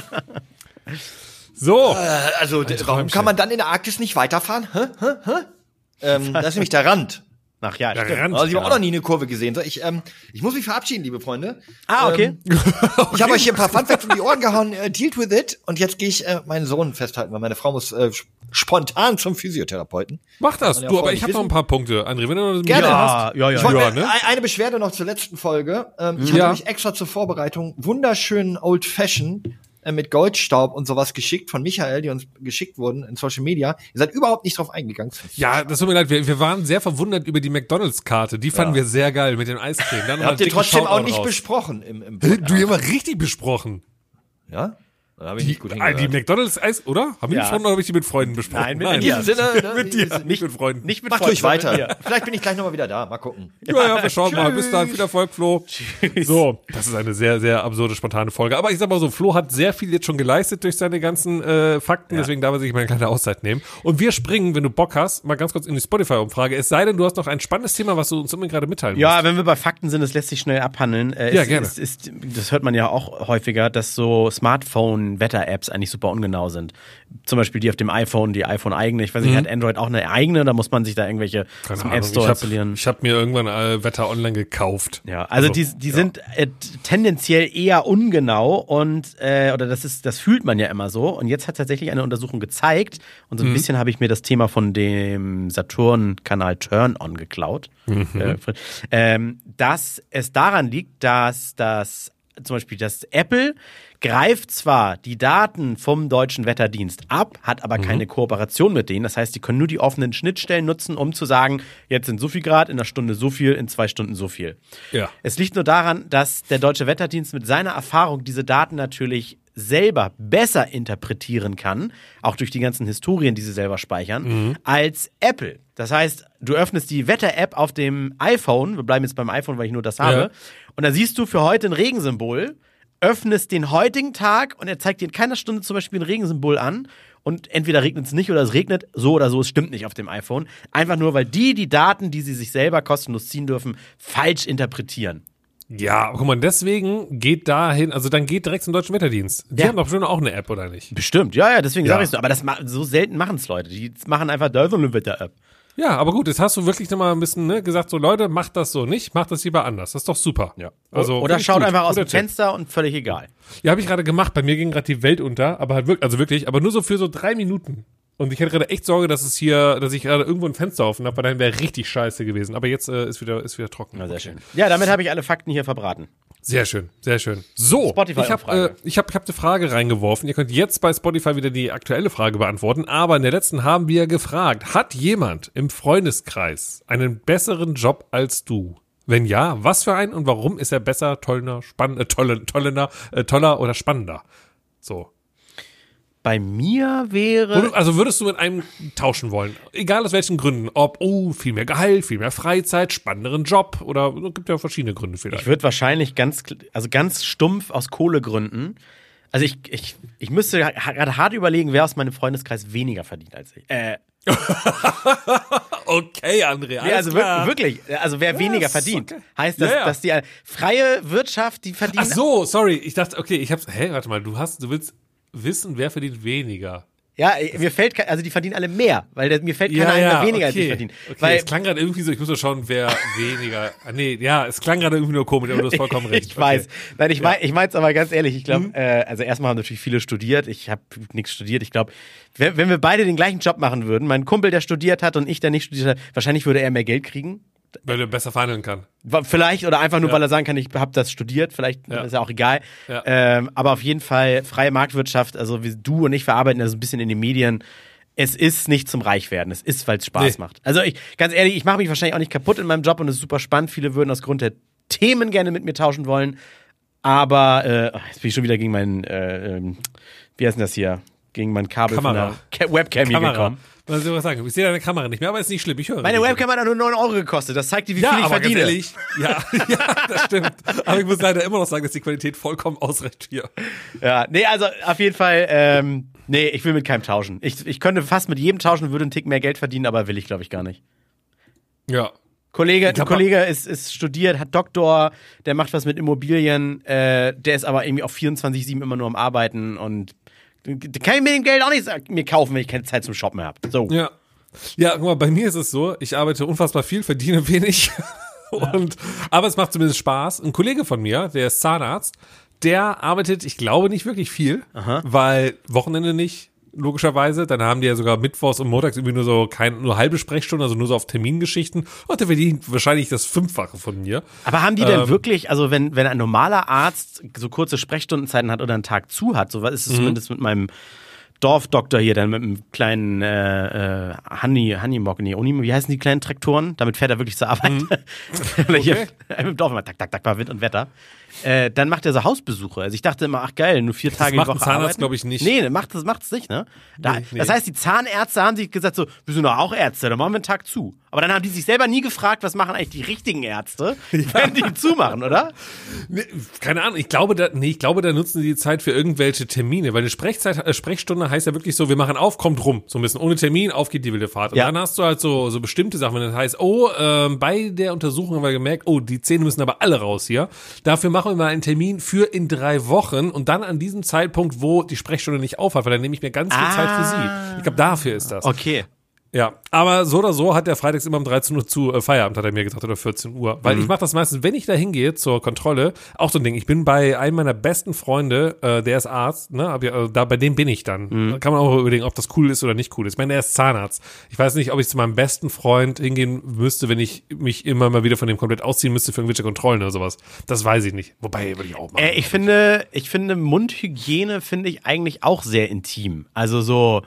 So. Äh, also, d- warum kann man dann in der Arktis nicht weiterfahren? Hä? Hä? Hä? Ähm, das ist nämlich der Rand. Ach ja, Der stimmt. Rand. Also ich habe Ja. auch noch nie eine Kurve gesehen. So, ich, ähm, ich muss mich verabschieden, liebe Freunde. Ah, okay. Ähm, ich habe euch hier ein paar Funfacts um die Ohren gehauen. Äh, dealt with it. Und jetzt gehe ich äh, meinen Sohn festhalten, weil meine Frau muss äh, sp- spontan zum Physiotherapeuten. Mach das. Ja, Du, aber voll. ich habe noch ein paar Punkte, André. Wenn du noch Gerne. hast. Ja, ja, Ich ja. wollte Ja, mir ne? ein- eine Beschwerde noch zur letzten Folge. Ähm, ich Ja. habe nämlich extra zur Vorbereitung wunderschönen Old Fashion äh, mit Goldstaub und sowas geschickt von Michael, die uns geschickt wurden in Social Media. Ihr seid überhaupt nicht drauf eingegangen. Ja, das tut mir leid. Wir, wir waren sehr verwundert über die McDonalds-Karte. Die fanden wir sehr geil mit dem Eiscreme. Dann noch Habt ihr dicken trotzdem auch Shoutout nicht raus. besprochen im, im Äh, Du, die haben wir richtig besprochen. Ja? Da habe ich nicht gut Ah, hingehört. die McDonalds-Eis, oder? Haben wir Ja. die besprochen oder habe ich die mit Freunden besprochen? Nein, mit In dir. diesem Sinne, ne, Mit dir, nicht mit Freunden. Nicht mit macht Freunden, ruhig weiter. sondern mit dir. Vielleicht bin ich gleich nochmal wieder da. Mal gucken. Ja, ja, wir schauen mal. Tschüss. Bis dann. Viel Erfolg, Flo. So, das ist eine sehr, sehr absurde, spontane Folge. Aber ich sag mal so, Flo hat sehr viel jetzt schon geleistet durch seine ganzen äh, Fakten. Deswegen darf er sich mal eine kleine Auszeit nehmen. Und wir springen, wenn du Bock hast, mal ganz kurz in die Spotify-Umfrage. Es sei denn, du hast noch ein spannendes Thema, was du uns unbedingt gerade mitteilen Ja, musst. wenn wir bei Fakten sind, das lässt sich schnell abhandeln. Äh, Ja, es, gerne. Es, ist, das hört man ja auch häufiger, dass so Smartphone-Wetter-Apps eigentlich super ungenau sind. Zum Beispiel die auf dem iPhone, die iPhone-eigene. Ich weiß nicht, hat Android auch eine eigene? Da muss man sich da irgendwelche Keine zum Ahnung. App Store ich installieren. habe ich hab mir irgendwann äh, Wetter online gekauft. Ja, also, die, die ja. sind äh, tendenziell eher ungenau und äh, oder das ist, das fühlt man ja immer so. Und jetzt hat tatsächlich eine Untersuchung gezeigt und so ein bisschen habe ich mir das Thema von dem Saturn-Kanal Turn On geklaut, äh, ähm, dass es daran liegt, dass das zum Beispiel das Apple greift zwar die Daten vom Deutschen Wetterdienst ab, hat aber keine Kooperation mit denen. Das heißt, die können nur die offenen Schnittstellen nutzen, um zu sagen, jetzt sind so viel Grad, in einer Stunde so viel, in zwei Stunden so viel. Ja. Es liegt nur daran, dass der Deutsche Wetterdienst mit seiner Erfahrung diese Daten natürlich selber besser interpretieren kann, auch durch die ganzen Historien, die sie selber speichern, als Apple. Das heißt, du öffnest die Wetter-App auf dem iPhone, wir bleiben jetzt beim iPhone, weil ich nur das habe, Ja. und da siehst du für heute ein Regensymbol, öffnest den heutigen Tag und er zeigt dir in keiner Stunde zum Beispiel ein Regensymbol an und entweder regnet es nicht oder es regnet, so oder so, es stimmt nicht auf dem iPhone. Einfach nur, weil die die Daten, die sie sich selber kostenlos ziehen dürfen, falsch interpretieren. Ja, aber guck mal, deswegen geht dahin, also dann geht direkt zum Deutschen Wetterdienst. Die Ja. haben doch schon auch eine App, oder nicht? Bestimmt, ja, ja, deswegen Ja. sage ich so. Aber das ma- so selten machen es Leute. Die machen einfach da so eine Wetter-App. Ja, aber gut, jetzt hast du wirklich nochmal ein bisschen ne, gesagt, so Leute, macht das so nicht, macht das lieber anders. Das ist doch super. Ja. Also, Oder find ich schaut gut. einfach aus Guter dem Tipp. Fenster und völlig egal. Ja, habe ich gerade gemacht. Bei mir ging gerade die Welt unter, aber halt wirklich, also wirklich, aber nur so für so drei Minuten. Und ich hatte gerade echt Sorge, dass es hier, dass ich gerade irgendwo ein Fenster offen habe, weil dann wäre richtig scheiße gewesen. Aber jetzt äh, ist wieder, ist wieder trocken. Na, sehr schön. Ja, damit habe ich alle Fakten hier verbraten. Sehr schön, sehr schön. So, Spotify-Umfrage. ich habe äh, ich hab, ich hab eine Frage reingeworfen. Ihr könnt jetzt bei Spotify wieder die aktuelle Frage beantworten. Aber in der letzten haben wir gefragt, hat jemand im Freundeskreis einen besseren Job als du? Wenn ja, was für einen und warum ist er besser, toller, spannender, äh, toller, toller, äh, toller oder spannender? So. Bei mir wäre. Würd- Also würdest du mit einem tauschen wollen? Egal aus welchen Gründen. Ob, oh, viel mehr Gehalt, viel mehr Freizeit, spannenderen Job oder es gibt ja verschiedene Gründe vielleicht. Ich würde wahrscheinlich ganz, also ganz stumpf aus Kohlegründen. Also ich, ich, ich müsste ha- gerade hart überlegen, wer aus meinem Freundeskreis weniger verdient als ich. Äh, Okay, André, ja, also wir- wirklich, also wer weniger ist verdient. okay. Heißt, dass, Ja, ja. dass die äh, freie Wirtschaft, die verdient. Ach so, sorry. Ich dachte, okay, ich hab's. Hä, warte mal, du hast, du willst wissen, wer verdient weniger. Ja, äh, mir fällt, ke- also die verdienen alle mehr, weil der, mir fällt keiner ein, der weniger als ich verdient. Okay, Weil es klang gerade irgendwie so, ich muss mal schauen, wer weniger. Ah, nee, ja, es klang gerade irgendwie nur komisch, aber du hast vollkommen recht. ich weiß. Okay. Nein, ich mein, ich mein's aber ganz ehrlich, ich glaube, Mhm. äh, also erstmal haben natürlich viele studiert, ich habe nichts studiert. Ich glaube, wenn, wenn wir beide den gleichen Job machen würden, mein Kumpel, der studiert hat und ich, der nicht studiert hat, wahrscheinlich würde er mehr Geld kriegen. Weil er besser verhandeln kann. Wa- Vielleicht oder einfach nur, Ja. weil er sagen kann, ich habe das studiert, vielleicht Ja. ist ja auch egal. Ja. Ähm, aber auf jeden Fall freie Marktwirtschaft, also wie du und ich verarbeiten das ein bisschen in den Medien. Es ist nicht zum Reichwerden, es ist, weil es Spaß Nee. macht. Also ich, ganz ehrlich, ich mache mich wahrscheinlich auch nicht kaputt in meinem Job und es ist super spannend. Viele würden aus Grund der Themen gerne mit mir tauschen wollen. Aber äh, ach, jetzt bin ich schon wieder gegen meinen, äh, ähm, wie heißt denn das hier? Gegen mein Kabel Kamera. von der Ca- Webcam hier Kamera. gekommen. Was soll ich sagen? Ich sehe deine Kamera nicht mehr, aber ist nicht schlimm. Ich höre. Meine dich. Webcam hat nur neun Euro gekostet. Das zeigt dir, wie Ja, viel ich aber verdiene. ganz ehrlich, ja, ja, das stimmt. Aber ich muss leider immer noch sagen, dass die Qualität vollkommen ausreicht hier. Ja, nee, also auf jeden Fall, ähm, nee, ich will mit keinem tauschen. Ich, ich könnte fast mit jedem tauschen, würde einen Tick mehr Geld verdienen, aber will ich, glaube ich, gar nicht. Ja. Kollege, ein Kollege ist, ist studiert, hat Doktor, der macht was mit Immobilien, äh, der ist aber irgendwie auf vierundzwanzig sieben immer nur am Arbeiten und da kann ich mir den Geld auch nicht mir kaufen, wenn ich keine Zeit zum Shoppen mehr habe. So. Ja. Ja, guck mal, bei mir ist es so, ich arbeite unfassbar viel, verdiene wenig, und, aber es macht zumindest Spaß. Ein Kollege von mir, der ist Zahnarzt, der arbeitet, ich glaube, nicht wirklich viel, Aha. weil Wochenende nicht, logischerweise. Dann haben die ja sogar mittwochs und montags irgendwie nur so kein, nur halbe Sprechstunde, also nur so auf Termingeschichten. Und der verdient wahrscheinlich das Fünffache von mir. Aber haben die denn Ähm, wirklich, also wenn, wenn ein normaler Arzt so kurze Sprechstundenzeiten hat oder einen Tag zu hat, so was ist es Mhm. zumindest mit meinem Dorfdoktor hier, dann mit einem kleinen äh, äh, Honey, Honeymog, nee, Uni, wie heißen die kleinen Traktoren? Damit fährt er wirklich zur Arbeit. Mhm. Hier, Okay. im Dorf immer tak, tak, tak, bei Wind und Wetter. Äh, dann macht er so Hausbesuche. Also ich dachte immer, ach geil, nur vier Tage macht die Woche ein Zahnarzt, arbeiten. glaub ich, nicht. Nee, macht das macht's nicht, ne? Da, Nee, nee. Das heißt, die Zahnärzte haben sich gesagt so, wir sind doch auch Ärzte, dann machen wir einen Tag zu. Aber dann haben die sich selber nie gefragt, was machen eigentlich die richtigen Ärzte, wenn die zumachen, oder? Nee, keine Ahnung, ich glaube, da, nee, ich glaube, da nutzen die die Zeit für irgendwelche Termine, weil eine Sprechzeit, äh, Sprechstunde heißt ja wirklich so, wir machen auf, kommt rum, so ein bisschen ohne Termin, auf geht die wilde Fahrt. Und Ja. dann hast du halt so, so bestimmte Sachen, wenn das heißt, oh, ähm, bei der Untersuchung haben wir gemerkt, oh, die Zähne müssen aber alle raus hier. Dafür machen wir mal einen Termin für in drei Wochen und dann an diesem Zeitpunkt, wo die Sprechstunde nicht aufhat, weil dann nehme ich mir ganz viel Ah. Zeit für sie. Ich glaube, dafür ist das. Okay. Ja, aber so oder so hat der freitags immer um dreizehn Uhr zu äh, Feierabend, hat er mir gesagt, oder vierzehn Uhr. Weil Mhm. ich mache das meistens, wenn ich da hingehe zur Kontrolle, auch so ein Ding. Ich bin bei einem meiner besten Freunde, äh, der ist Arzt, ne, aber, äh, da, bei dem bin ich dann. Mhm. Da kann man auch überlegen, ob das cool ist oder nicht cool ist. Ich meine, er ist Zahnarzt. Ich weiß nicht, ob ich zu meinem besten Freund hingehen müsste, wenn ich mich immer mal wieder von dem komplett ausziehen müsste für irgendwelche Kontrollen oder sowas. Das weiß ich nicht. Wobei, würde ich auch machen. Äh, ich finde, ich finde Mundhygiene finde ich eigentlich auch sehr intim. Also so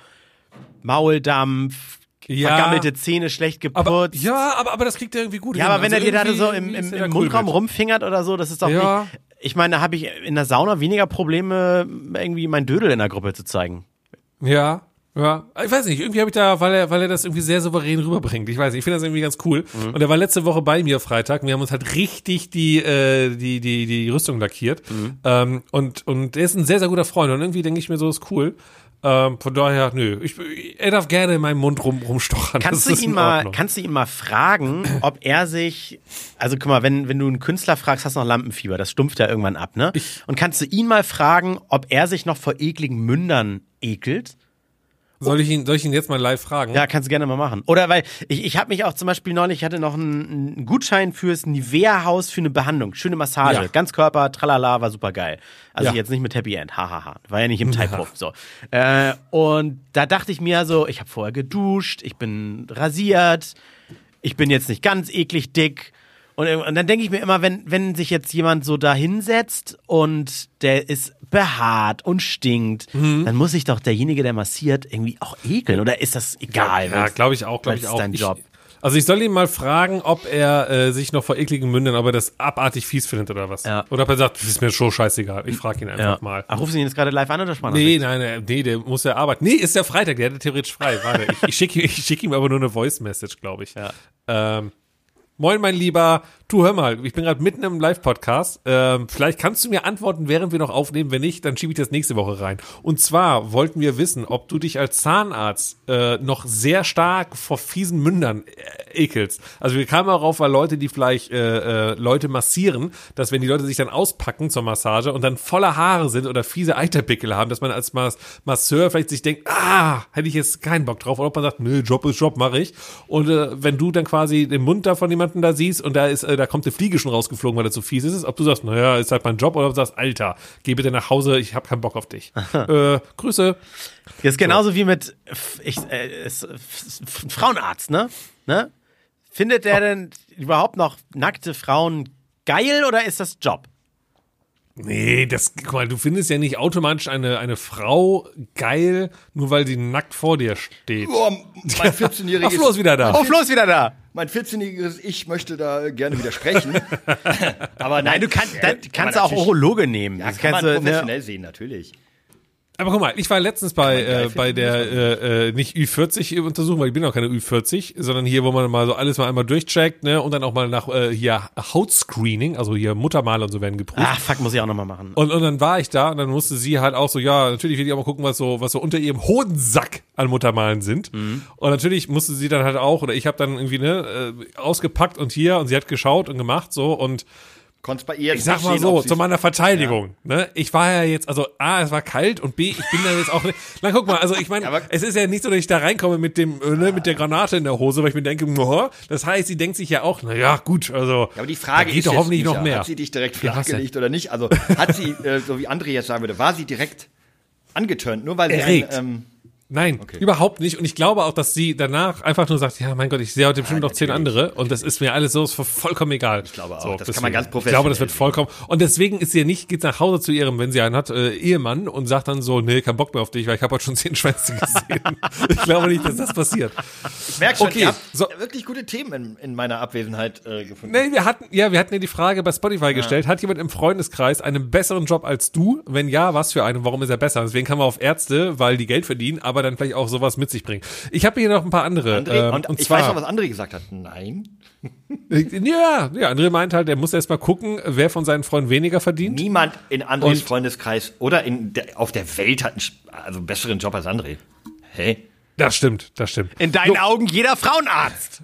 Mauldampf, Ja. vergammelte Zähne, schlecht geputzt. aber, ja, aber, aber das kriegt er irgendwie gut Ja, hin. aber wenn Also er dir da irgendwie- so im, irgendwie im, ist er da im cool Mundraum mit. rumfingert oder so, das ist doch Ja. nicht. Ich meine, da habe ich in der Sauna weniger Probleme, irgendwie mein Dödel in der Gruppe zu zeigen. Ja, ja. Ich weiß nicht, irgendwie habe ich da, weil er, weil er das irgendwie sehr souverän rüberbringt. Ich weiß nicht, ich finde das irgendwie ganz cool. Mhm. Und er war letzte Woche bei mir Freitag. Wir haben uns halt richtig die, äh, die, die, die Rüstung lackiert. Mhm. Ähm, und, und er ist ein sehr, sehr guter Freund. Und irgendwie denke ich mir so, ist cool. Ähm, von daher, nö. Ich, er darf gerne in meinem Mund rum, rumstochern. Kannst Das du ist ihn in mal, Ordnung. kannst du ihn mal fragen, ob er sich, also guck mal, wenn, wenn du einen Künstler fragst, hast du noch Lampenfieber, das stumpft ja irgendwann ab, ne? Und kannst du ihn mal fragen, ob er sich noch vor ekligen Mündern ekelt? Soll ich ihn, soll ich ihn jetzt mal live fragen? Ja, kannst du gerne mal machen. Oder weil, ich, ich habe mich auch zum Beispiel neulich, ich hatte noch einen, einen Gutschein fürs Nivea-Haus für eine Behandlung. Schöne Massage, Ja. Ganzkörper, tralala, war super geil. Also Ja. jetzt nicht mit Happy End, hahaha. War ja nicht im Type-Puff, so. Äh, und da dachte ich mir so, ich habe vorher geduscht, ich bin rasiert, ich bin jetzt nicht ganz eklig dick. Und, und dann denke ich mir immer, wenn, wenn sich jetzt jemand so da hinsetzt und der ist behaart und stinkt, Mhm. dann muss sich doch derjenige, der massiert, irgendwie auch ekeln. Oder ist das egal? Ja, Wenn's- glaube ich auch, glaube das ich ist auch. dein Ich, Job. also ich soll ihn mal fragen, ob er äh, sich noch vor ekligen Mündern, ob er das abartig fies findet oder was. Ja. Oder ob er sagt, das ist mir schon scheißegal. Ich frage ihn einfach mal. Ach, rufst du ihn jetzt gerade live an oder spannend? Nee, nein, nein, nee, der muss ja arbeiten. Nee, ist ja Freitag, der hätte theoretisch frei. Warte, ich, ich schicke ich schick ihm aber nur eine Voice-Message, glaube ich. Ja. Ähm, moin, mein Lieber. Du, hör mal, ich bin gerade mitten im Live-Podcast. Ähm, vielleicht kannst du mir antworten, während wir noch aufnehmen. Wenn nicht, dann schiebe ich das nächste Woche rein. Und zwar wollten wir wissen, ob du dich als Zahnarzt äh, noch sehr stark vor fiesen Mündern äh, ekelst. Also wir kamen auch auf, weil Leute, die vielleicht äh, äh, Leute massieren, dass wenn die Leute sich dann auspacken zur Massage und dann voller Haare sind oder fiese Eiterpickel haben, dass man als Mas- Masseur vielleicht sich denkt, ah, hätte ich jetzt keinen Bock drauf. Oder ob man sagt, nö, Job ist Job, mache ich. Und äh, wenn du dann quasi den Mund da von jemandem da siehst und da ist, äh, da kommt eine Fliege schon rausgeflogen, weil er zu fies ist, ob du sagst, naja, ist halt mein Job, oder ob du sagst, Alter, geh bitte nach Hause, ich habe keinen Bock auf dich. äh, Grüße. Das ist genauso wie mit f- ich, äh, es- f- f- Frauenarzt, ne? ne? Findet der denn überhaupt noch nackte Frauen geil oder ist das Job? Nee, das, guck mal, du findest ja nicht automatisch eine, eine Frau geil, nur weil sie nackt vor dir steht. Oh, mein Ach, vierzehnjähriges Flo ist wieder da. Oh, Flo ist wieder da. mein vierzehnjähriges Ich möchte da gerne widersprechen. Aber Nein, du kannst, äh, dann kann kannst man du auch natürlich- Urologe nehmen. Ja, das kann kannst man du, ne? professionell sehen, natürlich. Aber guck mal, ich war letztens bei äh, bei der äh, äh, nicht Ü vierzig Untersuchung, weil ich bin auch keine Ü vierzig, sondern hier, wo man mal so alles mal einmal durchcheckt, ne, und dann auch mal nach äh, hier Hautscreening, also hier Muttermale und so werden geprüft. Ach, fuck, muss ich auch nochmal machen. Und und dann war ich da und dann musste sie halt auch so, ja, natürlich will ich auch mal gucken, was so was so unter ihrem Hodensack an Muttermalen sind. Mhm. Und natürlich musste sie dann halt auch, oder ich habe dann irgendwie ne äh, ausgepackt und hier und sie hat geschaut und gemacht so und Konntest bei ihr ich sag mal so, zu meiner Verteidigung, ja. ne? Ich war ja jetzt, also A, es war kalt und B, ich bin da jetzt auch nicht, na guck mal, also ich meine, ja, es ist ja nicht so, dass ich da reinkomme mit dem, ne, mit der Granate in der Hose, weil ich mir denke, oh, das heißt, sie denkt sich ja auch, na ja, gut, also. Ja, aber die Frage geht ist doch jetzt, hoffentlich Micha, noch mehr. Hat sie dich direkt ja, flachgelegt oder nicht? Also hat sie, äh, so wie André jetzt sagen würde, war sie direkt angeturnt, nur weil sie erregt. ein, ähm, Nein, okay. überhaupt nicht. Und ich glaube auch, dass sie danach einfach nur sagt, ja, mein Gott, ich sehe heute bestimmt ja, noch zehn andere und das ist mir alles so vollkommen egal. Ich glaube auch, so, das deswegen. kann man ganz professionell Ich glaube, das wird vollkommen. Und deswegen ist sie ja nicht, geht nach Hause zu ihrem, wenn sie einen hat, äh, Ehemann und sagt dann so, nee, kein Bock mehr auf dich, weil ich habe heute schon zehn Schwänze gesehen. Ich glaube nicht, dass das passiert. Ich merke schon, okay, ihr habt so. wirklich gute Themen in, in meiner Abwesenheit äh, gefunden. Nee, wir hatten, ja, wir hatten ja die Frage bei Spotify gestellt, hat jemand im Freundeskreis einen besseren Job als du? Wenn ja, was für einen? Warum ist er besser? Deswegen kann man auf Ärzte, weil die Geld verdienen, aber dann vielleicht auch sowas mit sich bringen. Ich habe hier noch ein paar andere. André, ähm, und, und ich zwar, weiß noch, was André gesagt hat. Nein. Ja, ja, André meint halt, er muss erst mal gucken, wer von seinen Freunden weniger verdient. Niemand in Andres Und- Freundeskreis oder in der, auf der Welt hat einen, also einen besseren Job als André. Hey? Das stimmt, das stimmt. In deinen Augen jeder Frauenarzt.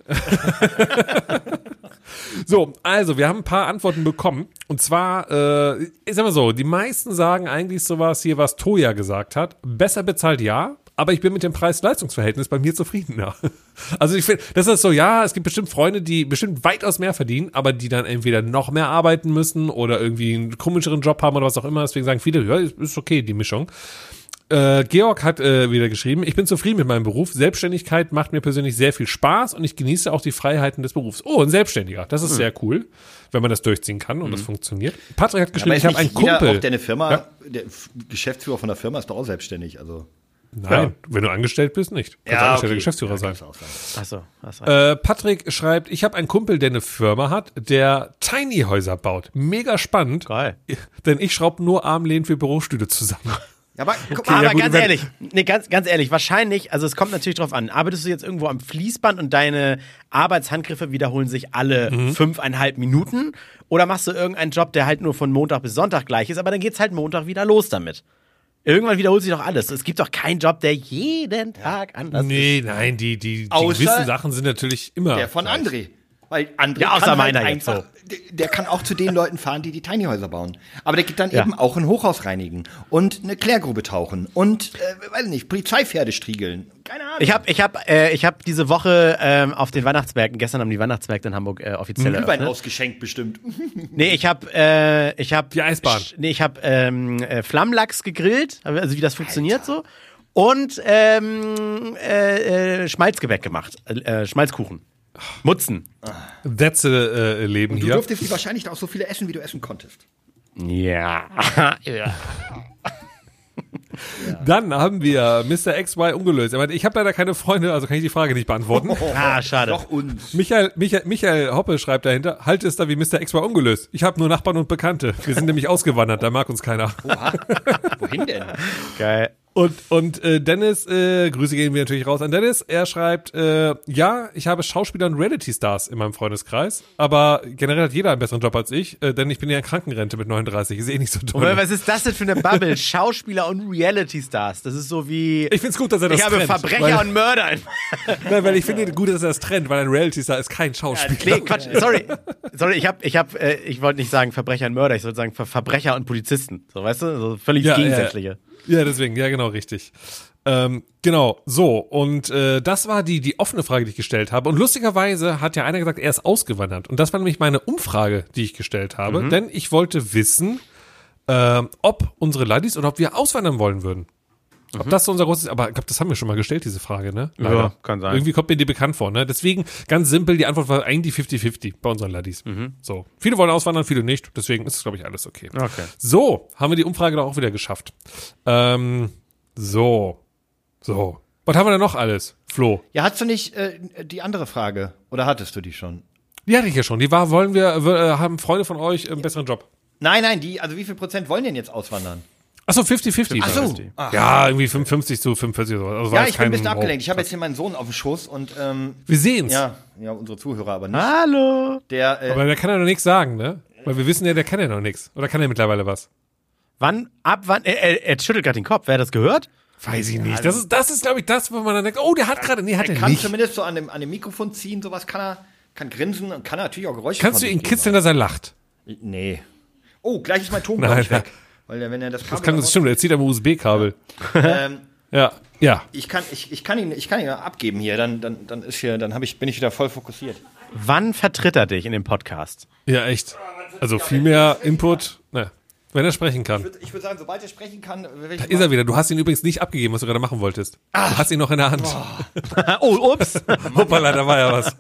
So, also, wir haben ein paar Antworten bekommen. Und zwar, äh, ich sag mal so, die meisten sagen eigentlich sowas hier, was Toja gesagt hat. Besser bezahlt ja, aber ich bin mit dem Preis-Leistungs-Verhältnis bei mir zufriedener. Also ich finde, das ist so, ja, es gibt bestimmt Freunde, die bestimmt weitaus mehr verdienen, aber die dann entweder noch mehr arbeiten müssen oder irgendwie einen komischeren Job haben oder was auch immer. Deswegen sagen viele, ja, ist okay, die Mischung. Äh, Georg hat äh, wieder geschrieben, ich bin zufrieden mit meinem Beruf. Selbstständigkeit macht mir persönlich sehr viel Spaß und ich genieße auch die Freiheiten des Berufs. Oh, ein Selbstständiger, das ist mhm. sehr cool, wenn man das durchziehen kann und mhm. das funktioniert. Patrick hat geschrieben, Aber ich habe einen jeder, Kumpel. Auch deine Firma, Ja. der F- Geschäftsführer von der Firma ist doch auch selbstständig. Also Nein, Ja. wenn du angestellt bist, nicht. Du kannst ja, angestellter okay. Geschäftsführer Ja, sein. kannst du auch sein. Achso, was Äh, Patrick schreibt, ich habe einen Kumpel, der eine Firma hat, der Tiny Häuser baut. Mega spannend. Geil. Denn ich schraube nur Armlehnen für Bürostühle zusammen. Ja, aber guck Aber mal, ja, gut, ganz wenn- ehrlich, nee, ganz, ganz ehrlich, wahrscheinlich, also es kommt natürlich drauf an, arbeitest du jetzt irgendwo am Fließband und deine Arbeitshandgriffe wiederholen sich alle Mhm. fünfeinhalb Minuten oder machst du irgendeinen Job, der halt nur von Montag bis Sonntag gleich ist, aber dann geht's halt Montag wieder los damit. Irgendwann wiederholt sich doch alles. Es gibt doch keinen Job, der jeden Tag anders ist. Nee, nein, die, die, die Außer gewissen Sachen sind natürlich immer. der von gleich. André. Weil André Ja, außer kann halt meiner jetzt einfach, der, der kann auch zu den Leuten fahren, die die Tiny Häuser bauen. Aber der geht dann Ja. eben auch ein Hochhaus reinigen und eine Klärgrube tauchen und, äh, weiß nicht, Polizeipferde striegeln. Keine Ahnung. Ich habe ich hab, äh, ich hab diese Woche ähm, auf den Weihnachtsmärkten, gestern haben die Weihnachtsmärkte in Hamburg äh, offiziell Glühwein eröffnet. ausgeschenkt bestimmt. Nee, ich habe äh, ich habe Die Eisbahn. Sch- Nee, ich habe ähm, äh, Flammlachs gegrillt, also wie das funktioniert so. Und ähm, äh, äh, Schmalzgebäck gemacht, äh, Schmalzkuchen. Mutzen. That's äh, Leben Und du hier. durftest die wahrscheinlich auch so viele essen, wie du essen konntest. Ja. ja. Dann haben wir Mister X Y ungelöst. Er meinte, ich habe leider keine Freunde, also kann ich die Frage nicht beantworten. Ah, schade. Doch uns. Michael, Michael, Michael Hoppe schreibt dahinter, halt es da wie Mister X Y ungelöst. Ich habe nur Nachbarn und Bekannte. Wir sind nämlich ausgewandert, da mag uns keiner. Oha. Wohin denn? Geil. Und, und äh, Dennis, äh, Grüße gehen wir natürlich raus an Dennis. Er schreibt, äh, ja, ich habe Schauspieler und Reality-Stars in meinem Freundeskreis, aber generell hat jeder einen besseren Job als ich, äh, denn ich bin ja in Krankenrente mit neununddreißig, ist eh nicht so toll. Aber was ist das denn für eine Bubble? Schauspieler und Reality-Stars. Das ist so wie. Ich find's gut, dass er das ich habe trennt, Verbrecher weil, und Mörder. in- Nein, weil ich finde gut, dass er das trennt, weil ein Reality-Star ist kein Schauspieler. Nee, Quatsch. Sorry. Sorry, ich hab, ich hab, äh, ich wollte nicht sagen Verbrecher und Mörder, ich sollte sagen Ver- Verbrecher und Polizisten. So, weißt du? So völlig Ja, gegensätzliche. Ja, deswegen, ja, genau, richtig. Ähm, genau, so, und äh, das war die, die offene Frage, die ich gestellt habe. Und lustigerweise hat ja einer gesagt, er ist ausgewandert. Und das war nämlich meine Umfrage, die ich gestellt habe. Mhm. Denn ich wollte wissen, äh, ob unsere Ladies oder ob wir auswandern wollen würden. Ob das so unser großes, aber ich glaube, das haben wir schon mal gestellt, diese Frage, ne? Leider. Ja, kann sein. Irgendwie kommt mir die bekannt vor, ne? Deswegen, ganz simpel, die Antwort war eigentlich fifty fifty bei unseren Ladies. So. Viele wollen auswandern, viele nicht, deswegen ist es, glaube ich, alles okay. Okay. So, haben wir die Umfrage doch auch wieder geschafft. Ähm, so. So. Was haben wir denn noch alles, Flo? Ja, hast du nicht äh, die andere Frage? Oder hattest du die schon? Die hatte ich ja schon. Die war, wollen wir, äh, haben Freunde von euch einen besseren Job? Nein, nein, die, also wie viel Prozent wollen denn jetzt auswandern? Achso, fünfzig fünfzig. Ach so. Ach. Ja, irgendwie fünfundfünfzig zu fünfundvierzig oder so. Also war Ja, jetzt ich bin ein kein bisschen Raub. abgelenkt. Ich habe jetzt hier meinen Sohn auf dem Schoß und ähm, Wir sehen's. ja, ja, unsere Zuhörer aber nicht. Hallo. Der, äh, Aber der kann ja noch nichts sagen, ne? Weil wir wissen ja, der kann ja noch nichts. Oder kann er mittlerweile was? Wann, ab wann, er, er, er schüttelt gerade den Kopf. Wer hat das gehört? Weiß ich nicht. Das ist, das ist glaube ich, das, wo man dann denkt, oh, der hat gerade, nee, hat er er kann nicht. zumindest so an dem, an dem Mikrofon ziehen, sowas kann er, kann grinsen und kann natürlich auch Geräusche Kannst du von ihn sich geben. kitzeln, dass er lacht? Nee. Oh, gleich ist mein Ton, Nein, glaub ich, ja. weg. Weil der, wenn er das Kabel Das kann, das stimmt, er zieht am U S B-Kabel. ähm, Ja, ja. ich kann, ich, ich kann ihn, ich kann ihn abgeben hier, dann, dann, dann ist hier, dann habe ich, bin ich wieder voll fokussiert. Wann vertritt er dich in dem Podcast? Ja, echt. Also viel mehr Input, ne, wenn er sprechen kann. Ich würde ich würd sagen, sobald er sprechen kann, will ich Da ist er wieder. Du hast ihn übrigens nicht abgegeben, was du gerade machen wolltest. Du hast ihn noch in der Hand. oh, ups. Hoppala, da war ja was.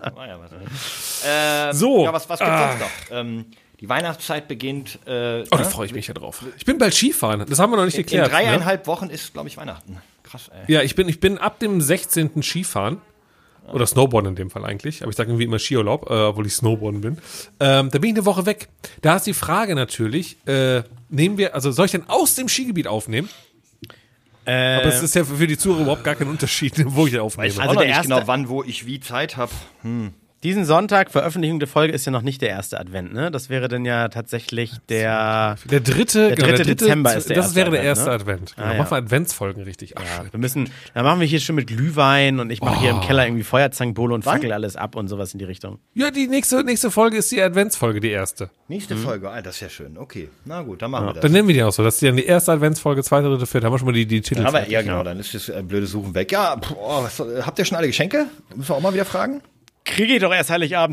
Ähm, So. Ja, was, was gibt's Ah. sonst noch? Ähm, die Weihnachtszeit beginnt. Äh, Oh, da freue ich mich ja drauf. Ich bin bald Skifahren. Das haben wir noch nicht in, in geklärt. Ne? dreieinhalb Wochen ist, glaube ich, Weihnachten. Krass, ey. Ja, ich bin, ich bin ab dem sechzehnten Skifahren. Oder Snowboarden in dem Fall eigentlich. Aber ich sage irgendwie immer Skiurlaub, äh, obwohl ich Snowboarden bin. Ähm, da bin ich eine Woche weg. Da ist die Frage natürlich, äh, nehmen wir, also soll ich denn aus dem Skigebiet aufnehmen? Äh, Aber es ist ja für die Zuhörer überhaupt gar kein Unterschied, wo ich aufnehme. Also Also auch noch der nicht erste- genau, wann, wo ich wie Zeit habe. Diesen Sonntag, Veröffentlichung der Folge, ist ja noch nicht der erste Advent, ne? Das wäre dann ja tatsächlich der. Der dritte, Der genau, dritte Dezember ist der Das erste wäre der Advent, erste ne? Advent. Genau. Ah, ja. Machen wir Adventsfolgen richtig. Ach, Ja, wir müssen, dann machen wir hier schon mit Glühwein und ich mache hier im Keller irgendwie Feuerzangenbowle und fackel alles ab und sowas in die Richtung. ja, die nächste, nächste Folge ist die Adventsfolge, die erste. Nächste Folge, ah, das ist ja schön. Okay, na gut, dann machen wir das. Dann nennen wir die auch so. Das ist dann die erste Adventsfolge, zweite, dritte, vierte. Haben wir schon mal die, die Titel. Aber, fertig. ja, genau, dann ist das äh, blöde Suchen weg. Ja, pff, oh, was, soll- habt ihr schon alle Geschenke? Müssen wir auch mal wieder fragen? Kriege ich doch erst Heiligabend.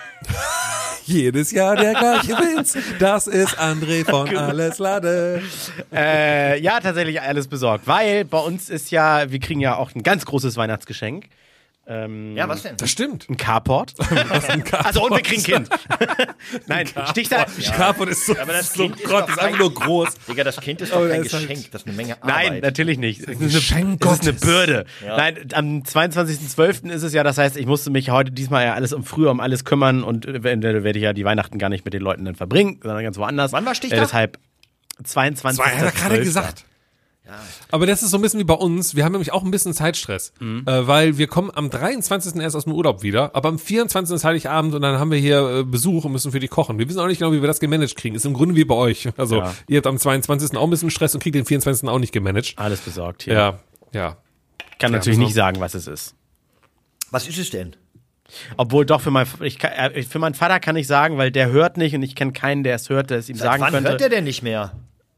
Jedes Jahr der gleiche Witz. Das ist André von Alles Lade. äh, ja, tatsächlich alles besorgt, weil bei uns ist ja, wir kriegen ja auch ein ganz großes Weihnachtsgeschenk. Ähm, Ja, was denn? Das stimmt. Ein Carport. Also und wir kriegen Kind. Nein, Stichtag. Carport ist so, Aber das so Kind ist Gott, doch ist einfach kein- nur groß. Digga, das Kind ist doch Oh, kein das ist halt- Geschenk, das ist eine Menge Arbeit. Nein, natürlich nicht. Es ist, eine, Geschenk es ist eine Gottes. Bürde. Nein, am zweiundzwanzigsten zwölften ist es ja, das heißt, ich musste mich heute diesmal ja alles um früher um alles kümmern und eventuell werde ich ja die Weihnachten gar nicht mit den Leuten dann verbringen, sondern ganz woanders. Wann war Stichtag? Äh, deshalb zweiundzwanzigsten Zwei, hat er gerade gesagt. Aber das ist so ein bisschen wie bei uns. Wir haben nämlich auch ein bisschen Zeitstress, Mhm. äh, weil wir kommen am dreiundzwanzigsten erst aus dem Urlaub wieder, aber am vierundzwanzigsten ist Heiligabend und dann haben wir hier äh, Besuch und müssen für die kochen. Wir wissen auch nicht genau, wie wir das gemanagt kriegen. Ist im Grunde wie bei euch. Also Ja. ihr habt am zweiundzwanzigsten auch ein bisschen Stress und kriegt den vierundzwanzigsten auch nicht gemanagt. Alles besorgt hier. Ja, ja. Kann natürlich so- nicht sagen, was es ist. Was ist es denn? Obwohl doch für, mein, ich kann, äh, für meinen Vater kann ich sagen, weil der hört nicht und ich kenne keinen, der es hört, der es ihm Seit sagen wann könnte. hört der denn nicht mehr?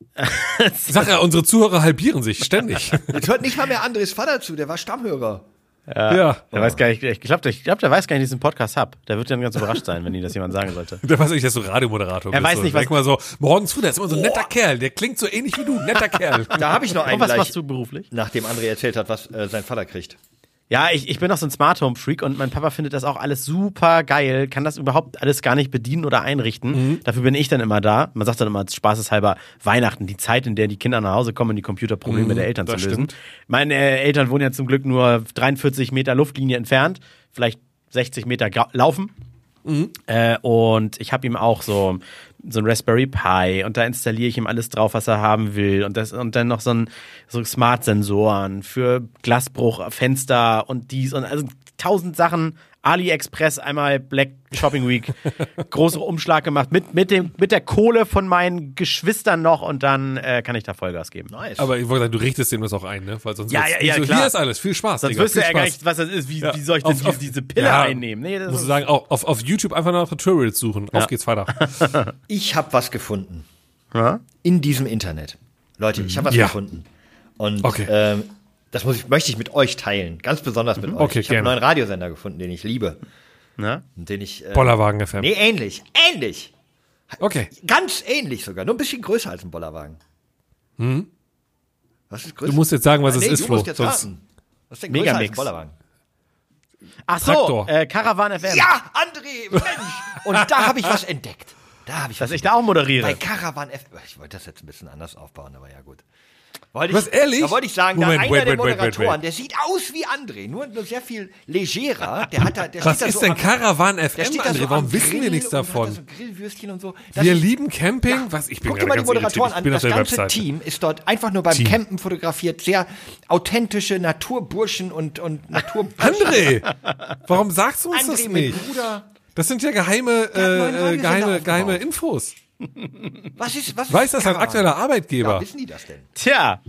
Sag ja, unsere Zuhörer halbieren sich ständig. Jetzt hört nicht mal mehr Andres Vater zu, der war Stammhörer. ja. Der weiß gar nicht, ich glaube, ich glaub, der weiß gar nicht, dass ich diesen Podcast hab. Der wird dann ganz überrascht sein, wenn ihm das jemand sagen sollte. Der weiß nicht, dass du Radiomoderator Er bist. weiß So, nicht, was- Denk mal so, morgens früh, der ist immer so ein netter Kerl. Der klingt so ähnlich wie du, netter Kerl. Da habe ich noch einen Und was gleich, machst du beruflich? nachdem André erzählt hat, was äh, sein Vater kriegt. Ja, ich, ich bin auch so ein Smart Home Freak und mein Papa findet das auch alles super geil, kann das überhaupt alles gar nicht bedienen oder einrichten. Mhm. Dafür bin ich dann immer da. Man sagt dann immer spaßeshalber Weihnachten, die Zeit, in der die Kinder nach Hause kommen, um die Computerprobleme der Eltern zu Mhm, das lösen. stimmt. Meine äh, Eltern wohnen ja zum Glück nur dreiundvierzig Meter Luftlinie entfernt, vielleicht sechzig Meter gra- laufen. Mhm. Äh, und ich habe ihm auch so, so ein Raspberry Pi und da installiere ich ihm alles drauf, was er haben will. Und, das, und dann noch so, ein, so Smart-Sensoren für Glasbruch, Fenster und dies und also tausend Sachen. AliExpress, einmal Black Shopping Week, großer Umschlag gemacht mit, mit, dem, mit der Kohle von meinen Geschwistern noch und dann äh, kann ich da Vollgas geben. Nice. Aber ich wollte sagen, du richtest dem das auch ein, ne? Weil sonst Ja, wird's ja, ja, nicht so, klar. hier ist alles, viel Spaß. Sonst Digga, wüsste viel er gar Spaß. nicht, was das ist. Wie, Ja. wie soll ich Auf- denn auf- diese, diese Pille ja. einnehmen? Nee, das Musst du ist sagen, auf, auf, auf YouTube einfach nach Tutorials suchen. Auf geht's weiter. Ich habe was gefunden. Ja? In diesem Internet. Leute, ich habe was Ja. gefunden. Und Okay. ähm, das muss ich, möchte ich mit euch teilen. Ganz besonders mit euch. Okay, ich habe einen gerne. neuen Radiosender gefunden, den ich liebe. Na? Und den ich. Äh, Bollerwagen F M. Nee, ähnlich. Ähnlich. Okay. Ganz ähnlich sogar. Nur ein bisschen größer als ein Bollerwagen. Hm? Was ist größer? Du musst jetzt sagen, was Ah, es nee, ist, du Flo. musst jetzt Sonst- raten. Was ist denn größer als ein Megamix. Bollerwagen? Ach so, Traktor. äh, Caravan F M. Ja, André, Mensch. Und da habe ich was entdeckt. Da habe ich Dass was ich da auch moderiere. Bei Caravan F M. Ich wollte das jetzt ein bisschen anders aufbauen, aber ja gut. Wollte Was, ich, ehrlich? Da wollte ich sagen, Moment, da einer wait, der wait, wait, Moderatoren, wait, wait. der sieht aus wie André, nur, nur sehr viel legerer. Der hat da, der Was steht da ist so denn am- Caravan F der M, steht da so André? Warum am wissen wir Grill nichts und hat da davon? so Grillwürstchen und so. Das Wir ist- lieben Camping? Ja. Was? Ich bin Guck dir gerade mal die ganz irritiert. Moderatoren Ich an. bin auf Das der ganze Webseite. Team ist dort einfach nur beim Team. Campen fotografiert. Sehr authentische Naturburschen und, und Naturburschen. André, warum sagst du uns André, das mein nicht? Bruder. Das sind ja geheime, hat einen neuen äh, äh, Radiosender geheime, aufgebaut. geheime Infos. Was ist, was Weiß ist das ein Caravan? aktueller Ja, Arbeitgeber? wissen die das denn? Tja,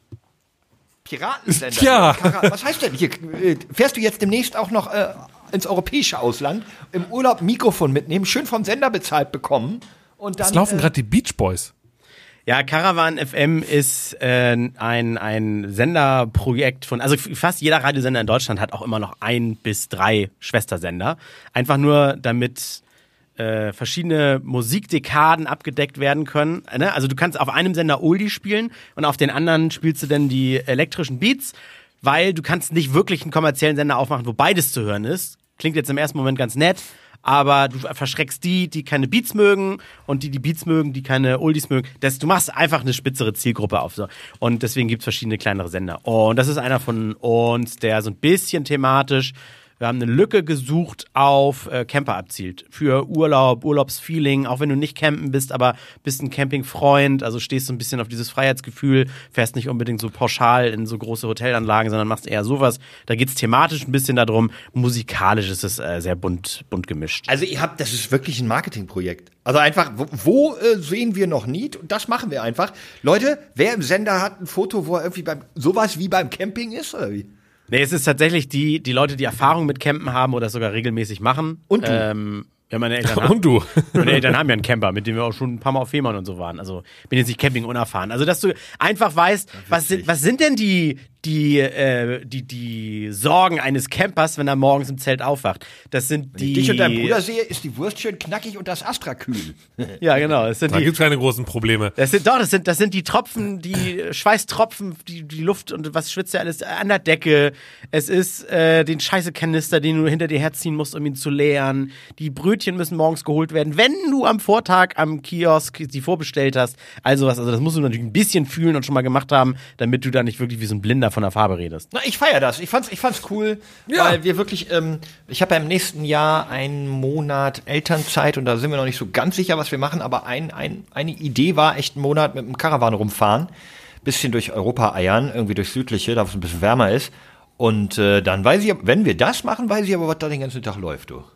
Piratensender. Tja. Kara- Was heißt denn hier? äh, Fährst du jetzt demnächst auch noch äh, ins europäische Ausland, im Urlaub ein Mikrofon mitnehmen, schön vom Sender bezahlt bekommen und dann. Es laufen äh, gerade die Beach Boys. ja, Caravan F M ist äh, ein, ein Senderprojekt von, also fast jeder Radiosender in Deutschland hat auch immer noch ein bis drei Schwestersender. Einfach nur, damit äh, verschiedene Musikdekaden abgedeckt werden können. Ne? Also du kannst auf einem Sender Oldie spielen und auf den anderen spielst du dann die elektrischen Beats, weil du kannst nicht wirklich einen kommerziellen Sender aufmachen, wo beides zu hören ist. Klingt jetzt im ersten Moment ganz nett, aber du verschreckst die, die keine Beats mögen und die, die Beats mögen, die keine Oldies mögen. Das, du machst einfach eine spitzere Zielgruppe auf. So. Und deswegen gibt's verschiedene kleinere Sender. Und das ist einer von uns, der so ein bisschen thematisch, wir haben eine Lücke gesucht, auf äh, Camper abzielt. Für Urlaub, Urlaubsfeeling, auch wenn du nicht campen bist, aber bist ein Campingfreund, also stehst so ein bisschen auf dieses Freiheitsgefühl, fährst nicht unbedingt so pauschal in so große Hotelanlagen, sondern machst eher sowas. Da geht's thematisch ein bisschen darum, musikalisch ist es äh, sehr bunt, bunt gemischt. Also ihr habt, das ist wirklich ein Marketingprojekt. Also einfach, wo, wo äh, sehen wir noch Need? Und das machen wir einfach. Leute, wer im Sender hat ein Foto, wo er irgendwie beim sowas wie beim Camping ist, oder wie? Nee, es ist tatsächlich die, die Leute, die Erfahrung mit Campen haben oder es sogar regelmäßig machen. Und du. Ähm, ja, meine Eltern haben, Und du. meine Eltern haben ja einen Camper, mit dem wir auch schon ein paar Mal auf Fehmarn und so waren. Also bin jetzt nicht Camping unerfahren. Also dass du einfach weißt, was sind, was sind denn die, die, äh, die, die Sorgen eines Campers, wenn er morgens im Zelt aufwacht? Das sind die. Dich und deinen Bruder sehe, ist die Wurst schön knackig und das Astra kühl. Ja, genau. Das sind Da die. gibt's keine großen Probleme. Das sind doch, das sind, das sind die Tropfen, die Schweißtropfen, die, die Luft und was schwitzt ja alles an der Decke. Es ist äh, den Scheißekanister, den du hinter dir herziehen musst, um ihn zu leeren. Die Brötchen müssen morgens geholt werden, wenn du am Vortag am Kiosk die vorbestellt hast. Also was, also das musst du natürlich ein bisschen fühlen und schon mal gemacht haben, damit du da nicht wirklich wie so ein Blinder von der Farbe redest. Na, ich feiere das. Ich fand's, ich fand's cool, Ja. weil wir wirklich, ähm, ich habe ja im nächsten Jahr einen Monat Elternzeit und da sind wir noch nicht so ganz sicher, was wir machen, aber ein, ein, eine Idee war echt einen Monat mit dem Caravan rumfahren, bisschen durch Europa eiern, irgendwie durchs Südliche, da wo es ein bisschen wärmer ist. Und äh, dann weiß ich, wenn wir das machen, weiß ich aber, was da den ganzen Tag läuft, du.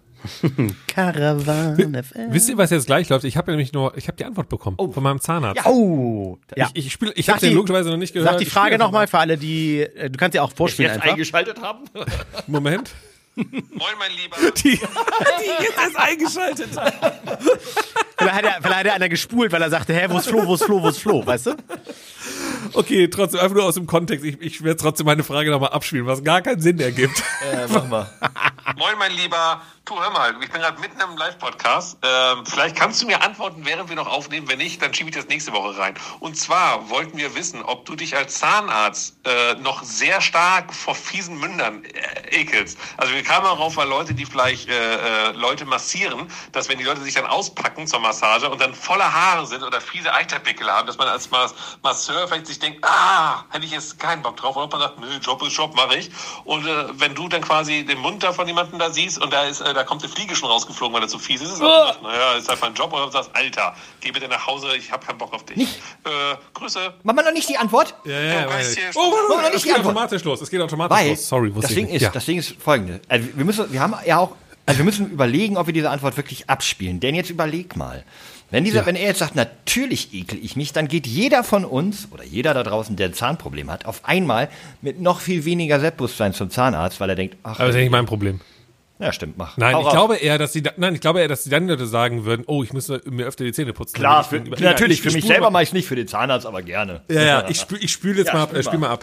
Caravan F M. Wisst ihr, was jetzt gleich läuft? Ich habe nämlich nur, ich habe die Antwort bekommen von meinem Zahnarzt. Oh, ja. Ich, ich, spiel, ich Sag habe den die- logischerweise noch nicht gehört. Sag die Ich Frage spiel einfach nochmal für alle, die, äh, du kannst ja auch vorspielen einfach. eingeschaltet haben? mal. Moment. Moin, mein Lieber. Die, die jetzt erst eingeschaltet hat. Vielleicht hat, er, vielleicht hat er einer gespult, weil er sagte, hä, wo ist Flo, wo ist Flo, wo ist Flo, weißt du? Okay, trotzdem, einfach nur aus dem Kontext. Ich, ich werde trotzdem meine Frage nochmal abspielen, was gar keinen Sinn ergibt. Äh, mach mal. Moin, mein Lieber. Du, hör mal, ich bin gerade mitten im Live-Podcast. Ähm, vielleicht kannst du mir antworten, während wir noch aufnehmen. Wenn nicht, dann schiebe ich das nächste Woche rein. Und zwar wollten wir wissen, ob du dich als Zahnarzt äh, noch sehr stark vor fiesen Mündern äh, ekelst. Also wir kamen darauf, weil Leute, die vielleicht äh, äh, Leute massieren, dass wenn die Leute sich dann auspacken zur Massage und dann voller Haare sind oder fiese Eiterpickel haben, dass man als Mas- Masseur vielleicht sich denkt, ah, hätte ich jetzt keinen Bock drauf. Und ob man sagt, nö, Job ist Job, mache ich. Und äh, wenn du dann quasi den Mund da von jemandem da siehst und da ist, äh, da kommt eine Fliege schon rausgeflogen, weil er zu fies ist, ist es auch, naja, ist halt mein Job. Oder du sagst, Alter, geh bitte nach Hause, ich hab keinen Bock auf dich. Äh, Grüße. Machen wir noch nicht die Antwort? Ja, ja, ja. Geist hier, Oh, warte, Wollen wir warte, nicht es die geht Antwort? automatisch los. Es geht automatisch Weil los. Sorry, wusste das ich Ding nicht. ist, Ja. das Ding ist folgende. Also wir müssen, wir haben ja auch, also wir müssen überlegen, ob wir diese Antwort wirklich abspielen. Denn jetzt überleg mal. Wenn dieser, Ja. wenn er jetzt sagt, natürlich ekel ich mich, dann geht jeder von uns oder jeder da draußen, der ein Zahnproblem hat, auf einmal mit noch viel weniger Selbstbewusstsein zum Zahnarzt, weil er denkt, ach, Aber das ist ja nicht mein Problem. ja, stimmt, mach. Nein, Hau ich raus. glaube eher, dass sie, da, nein, ich glaube eher, dass die dann Leute sagen würden, oh, ich muss mir öfter die Zähne putzen. Klar, damit für, ich- Ja, natürlich, ich- für ich mich spul selber mal- mache ich nicht, für den Zahnarzt, aber gerne. Ja, ja, ich spül, ich spül jetzt Ja, mal ab, spül äh, spiel mal. mal ab.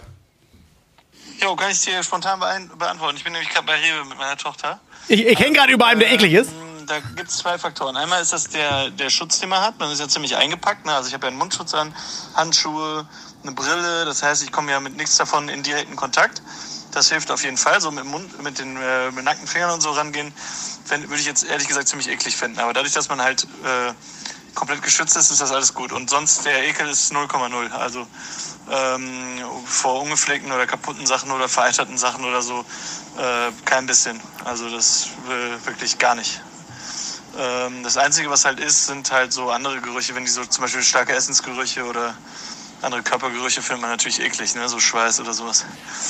Jo, kann ich dir spontan beein- beantworten. Ich bin nämlich gerade bei Rewe mit meiner Tochter. Ich, ich hänge gerade über einem, der eklig ist. Da gibt es zwei Faktoren. Einmal ist das der, der Schutz, den man hat. Man ist ja ziemlich eingepackt. Ne? Also ich habe ja einen Mundschutz an, Handschuhe, eine Brille. Das heißt, ich komme ja mit nichts davon in direkten Kontakt. Das hilft auf jeden Fall. So mit dem Mund, mit den äh, mit nackten Fingern und so rangehen, fänd- würde ich jetzt ehrlich gesagt ziemlich eklig finden. Aber dadurch, dass man halt äh, komplett geschützt ist, ist das alles gut. Und sonst, der Ekel ist null Komma null. Also ähm, vor ungepflegten oder kaputten Sachen oder vereiterten Sachen oder so, äh, kein bisschen. Also das äh, wirklich gar nicht. Ähm, das Einzige, was halt ist, sind halt so andere Gerüche, wenn die so zum Beispiel starke Essensgerüche oder andere Körpergerüche findet man natürlich eklig, ne? So Schweiß oder sowas.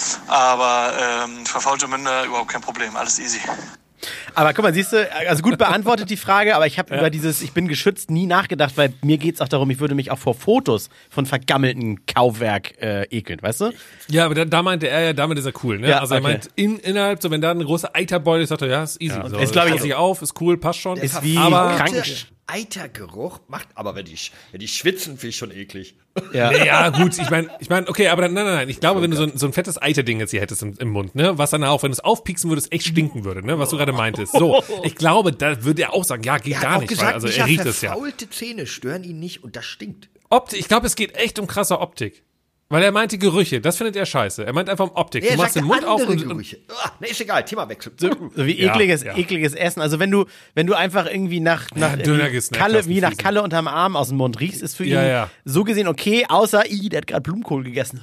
Aber ähm, verfaulte Münder, überhaupt kein Problem, alles easy. Aber guck mal, siehst du, also gut beantwortet die Frage, aber ich habe ja. über dieses ich bin geschützt nie nachgedacht, weil mir geht's auch darum, ich würde mich auch vor Fotos von vergammelten Kaufwerk äh, ekeln, weißt du? Ja, aber da, da meinte er ja, damit ist er cool, ne? Ja, also er okay. meint, in, innerhalb, so wenn da ein großer Eiterbeul ist, sagt er, ja, ist easy. Ja, so, ist, glaub ich, passt sich auf, ist cool, passt schon. Ist wie aber krank. Eitergeruch macht, aber wenn die, wenn die schwitzen, finde ich schon eklig. Ja, ja gut, ich meine, ich mein, okay, aber dann, nein, nein, nein, ich glaube, wenn du so ein, so ein fettes Eiterding jetzt hier hättest im, im Mund, ne, was dann auch, wenn du es aufpieksen würdest, echt stinken würde, ne, was du gerade meintest. So, ich glaube, da würde er auch sagen, ja, geht Er gar hat auch nicht, gesagt, weil, also Micha, er riecht es ja. verfaulte Zähne stören ihn nicht und das stinkt. Optik, ich glaube, es geht echt um krasse Optik. Weil er meint die Gerüche, das findet er scheiße. Er meint einfach um Optik. Er du machst sagt den Mund auf und, und Gerüche. Ah, ne, ist egal, Themawechsel. so, so wie Ja, ekliges, ja. ekliges Essen. Also wenn du, wenn du einfach irgendwie nach, nach Döner irgendwie gesnackt Kalle, hast, wie nach fiesen. Kalle unterm Arm aus dem Mund riechst, ist für ihn Ja, ja. so gesehen okay, außer, i, der hat gerade Blumenkohl gegessen.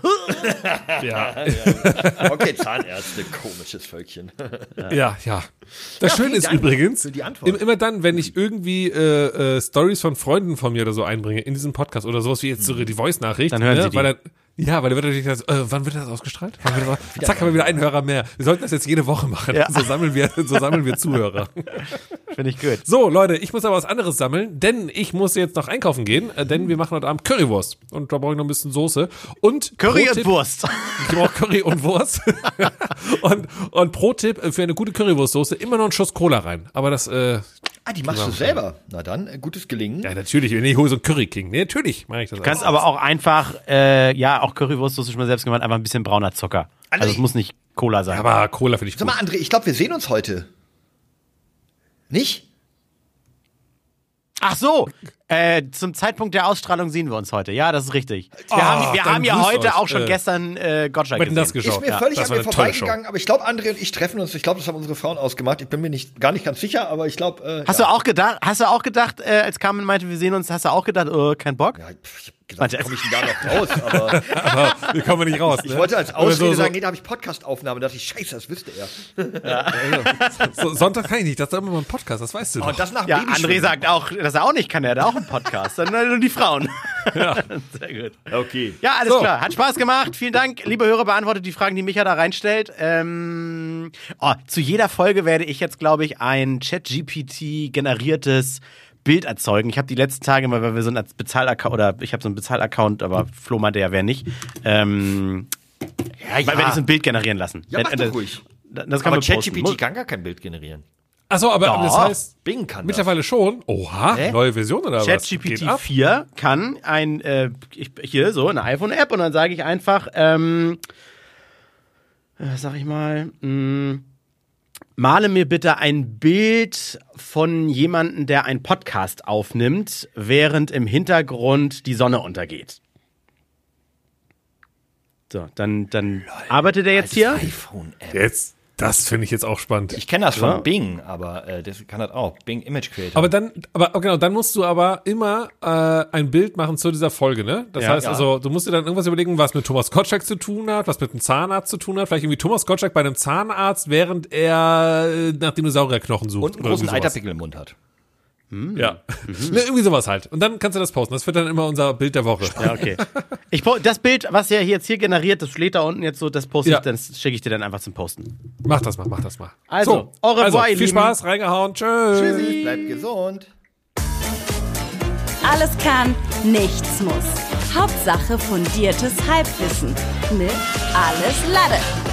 ja. Okay, Zahnärzte, komisches Völkchen. Ja, ja. Das Ja, Schöne vielen ist Dank übrigens, für die Antwort. im- immer dann, wenn ich irgendwie äh, äh, Stories von Freunden von mir oder so einbringe in diesem Podcast oder sowas wie jetzt so die Voice-Nachricht, Dann hören ne, sie die. weil dann, ja, weil da wird natürlich das, äh, wann wird das ausgestrahlt? Wann wird das, zack, haben wir wieder einen Hörer mehr. Wir sollten das jetzt jede Woche machen. Ja. So sammeln wir, so sammeln wir Zuhörer. Finde ich gut. So, Leute, ich muss aber was anderes sammeln, denn ich muss jetzt noch einkaufen gehen, äh, denn wir machen heute Abend Currywurst. Und da brauche ich noch ein bisschen Soße. Und Curry und Pro-Tipp- Wurst. Ich brauche Curry und Wurst. und, und Pro-Tipp, für eine gute Currywurstsoße immer noch einen Schuss Cola rein. Aber das, äh, Ah, die machst du selber. Na dann, äh, gutes Gelingen. ja, natürlich, wenn ich hole so einen Curry King. Nee, natürlich mache ich das. Du kannst aber auch einfach, äh, ja, auch Currywurst, das ist schon mal selbst gemacht, einfach ein bisschen brauner Zucker. Also es muss nicht Cola sein. Aber Cola finde ich Sag gut. mal, André, ich glaube, wir sehen uns heute. Nicht? Ach so, äh, zum Zeitpunkt der Ausstrahlung sehen wir uns heute. Ja, das ist richtig. Wir Oh, haben, wir dann haben ja grüßt heute euch, auch schon äh, gestern äh, Gottschalk Wetten, gesehen. das geschaut. Ist mir Ja, völlig das an war mir eine tolle Show. vorbeigegangen, aber ich glaube, André und ich treffen uns. Ich glaube, das haben unsere Frauen ausgemacht. Ich bin mir nicht, gar nicht ganz sicher, aber ich glaube. Äh, Hast ja. du auch gedacht, hast du auch gedacht, äh, als Carmen meinte, wir sehen uns, hast du auch gedacht, oh, kein Bock? Ja, ich hab gesagt, komme ich denn da noch raus? Aber Aber wir kommen nicht raus. ich ne? wollte als Oder Ausrede so, so, sagen, nee, da habe ich Podcast-Aufnahme. Da dachte ich, scheiße, das wüsste er. so, Sonntag kann ich nicht, das ist immer mal ein Podcast, das weißt du doch. Und das nach Ja, Babyschwimmen. André sagt auch, dass er auch nicht kann, er hat auch einen Podcast, sondern nur die Frauen. Ja. Sehr gut. Okay. Ja, alles So. klar. Hat Spaß gemacht. Vielen Dank, liebe Hörer, beantwortet die Fragen, die Micha da reinstellt. Ähm, oh, zu jeder Folge werde ich jetzt, glaube ich, ein Chat-G P T-generiertes Bild erzeugen. Ich habe die letzten Tage mal, weil wir so einen Bezahlaccount, oder ich habe so einen Bezahlaccount, aber Flo meinte ja, wer nicht. Ähm, Ja, ja. Weil werde ich so ein Bild generieren lassen. Ja, mach Wenn- doch das- ruhig. Das kann Aber man posten. ChatGPT kann gar kein Bild generieren. Achso, aber Doch. das heißt, Bing kann das. mittlerweile schon. Oha, Hä? neue Version oder was? ChatGPT Geht ab? vier kann ein, äh, ich, hier so, eine iPhone-App und dann sage ich einfach, ähm, äh, sag ich mal, mh, male mir bitte ein Bild von jemandem, der einen Podcast aufnimmt, während im Hintergrund die Sonne untergeht. So, dann, dann arbeitet er jetzt hier. iPhone-App. Jetzt, das finde ich jetzt auch spannend. Ich kenne das von Ja. Bing, aber äh, das kann das auch. Bing Image Creator. Aber dann, aber oh, genau, dann musst du aber immer äh, ein Bild machen zu dieser Folge, ne? Das Ja. heißt Ja. also, du musst dir dann irgendwas überlegen, was mit Thomas Gottschalk zu tun hat, was mit einem Zahnarzt zu tun hat. Vielleicht irgendwie Thomas Gottschalk bei einem Zahnarzt, während er äh, nach Dinosaurierknochen sucht. und einen oder großen irgendwie sowas. Eiterpickel im Mund hat. Ja. Ne, irgendwie sowas halt. Und dann kannst du das posten. Das wird dann immer unser Bild der Woche. Ja, okay. Ich, po- das Bild, was er jetzt hier generiert, das steht da unten jetzt so, das poste Ja. ich, das schicke ich dir dann einfach zum Posten. Mach das mal, mach das mal. Also, so, au revoir, also ihr viel Lieben. Spaß, reingehauen. Tschüss. Bleibt gesund. Alles kann, nichts muss. Hauptsache fundiertes Halbwissen mit Alles Lade.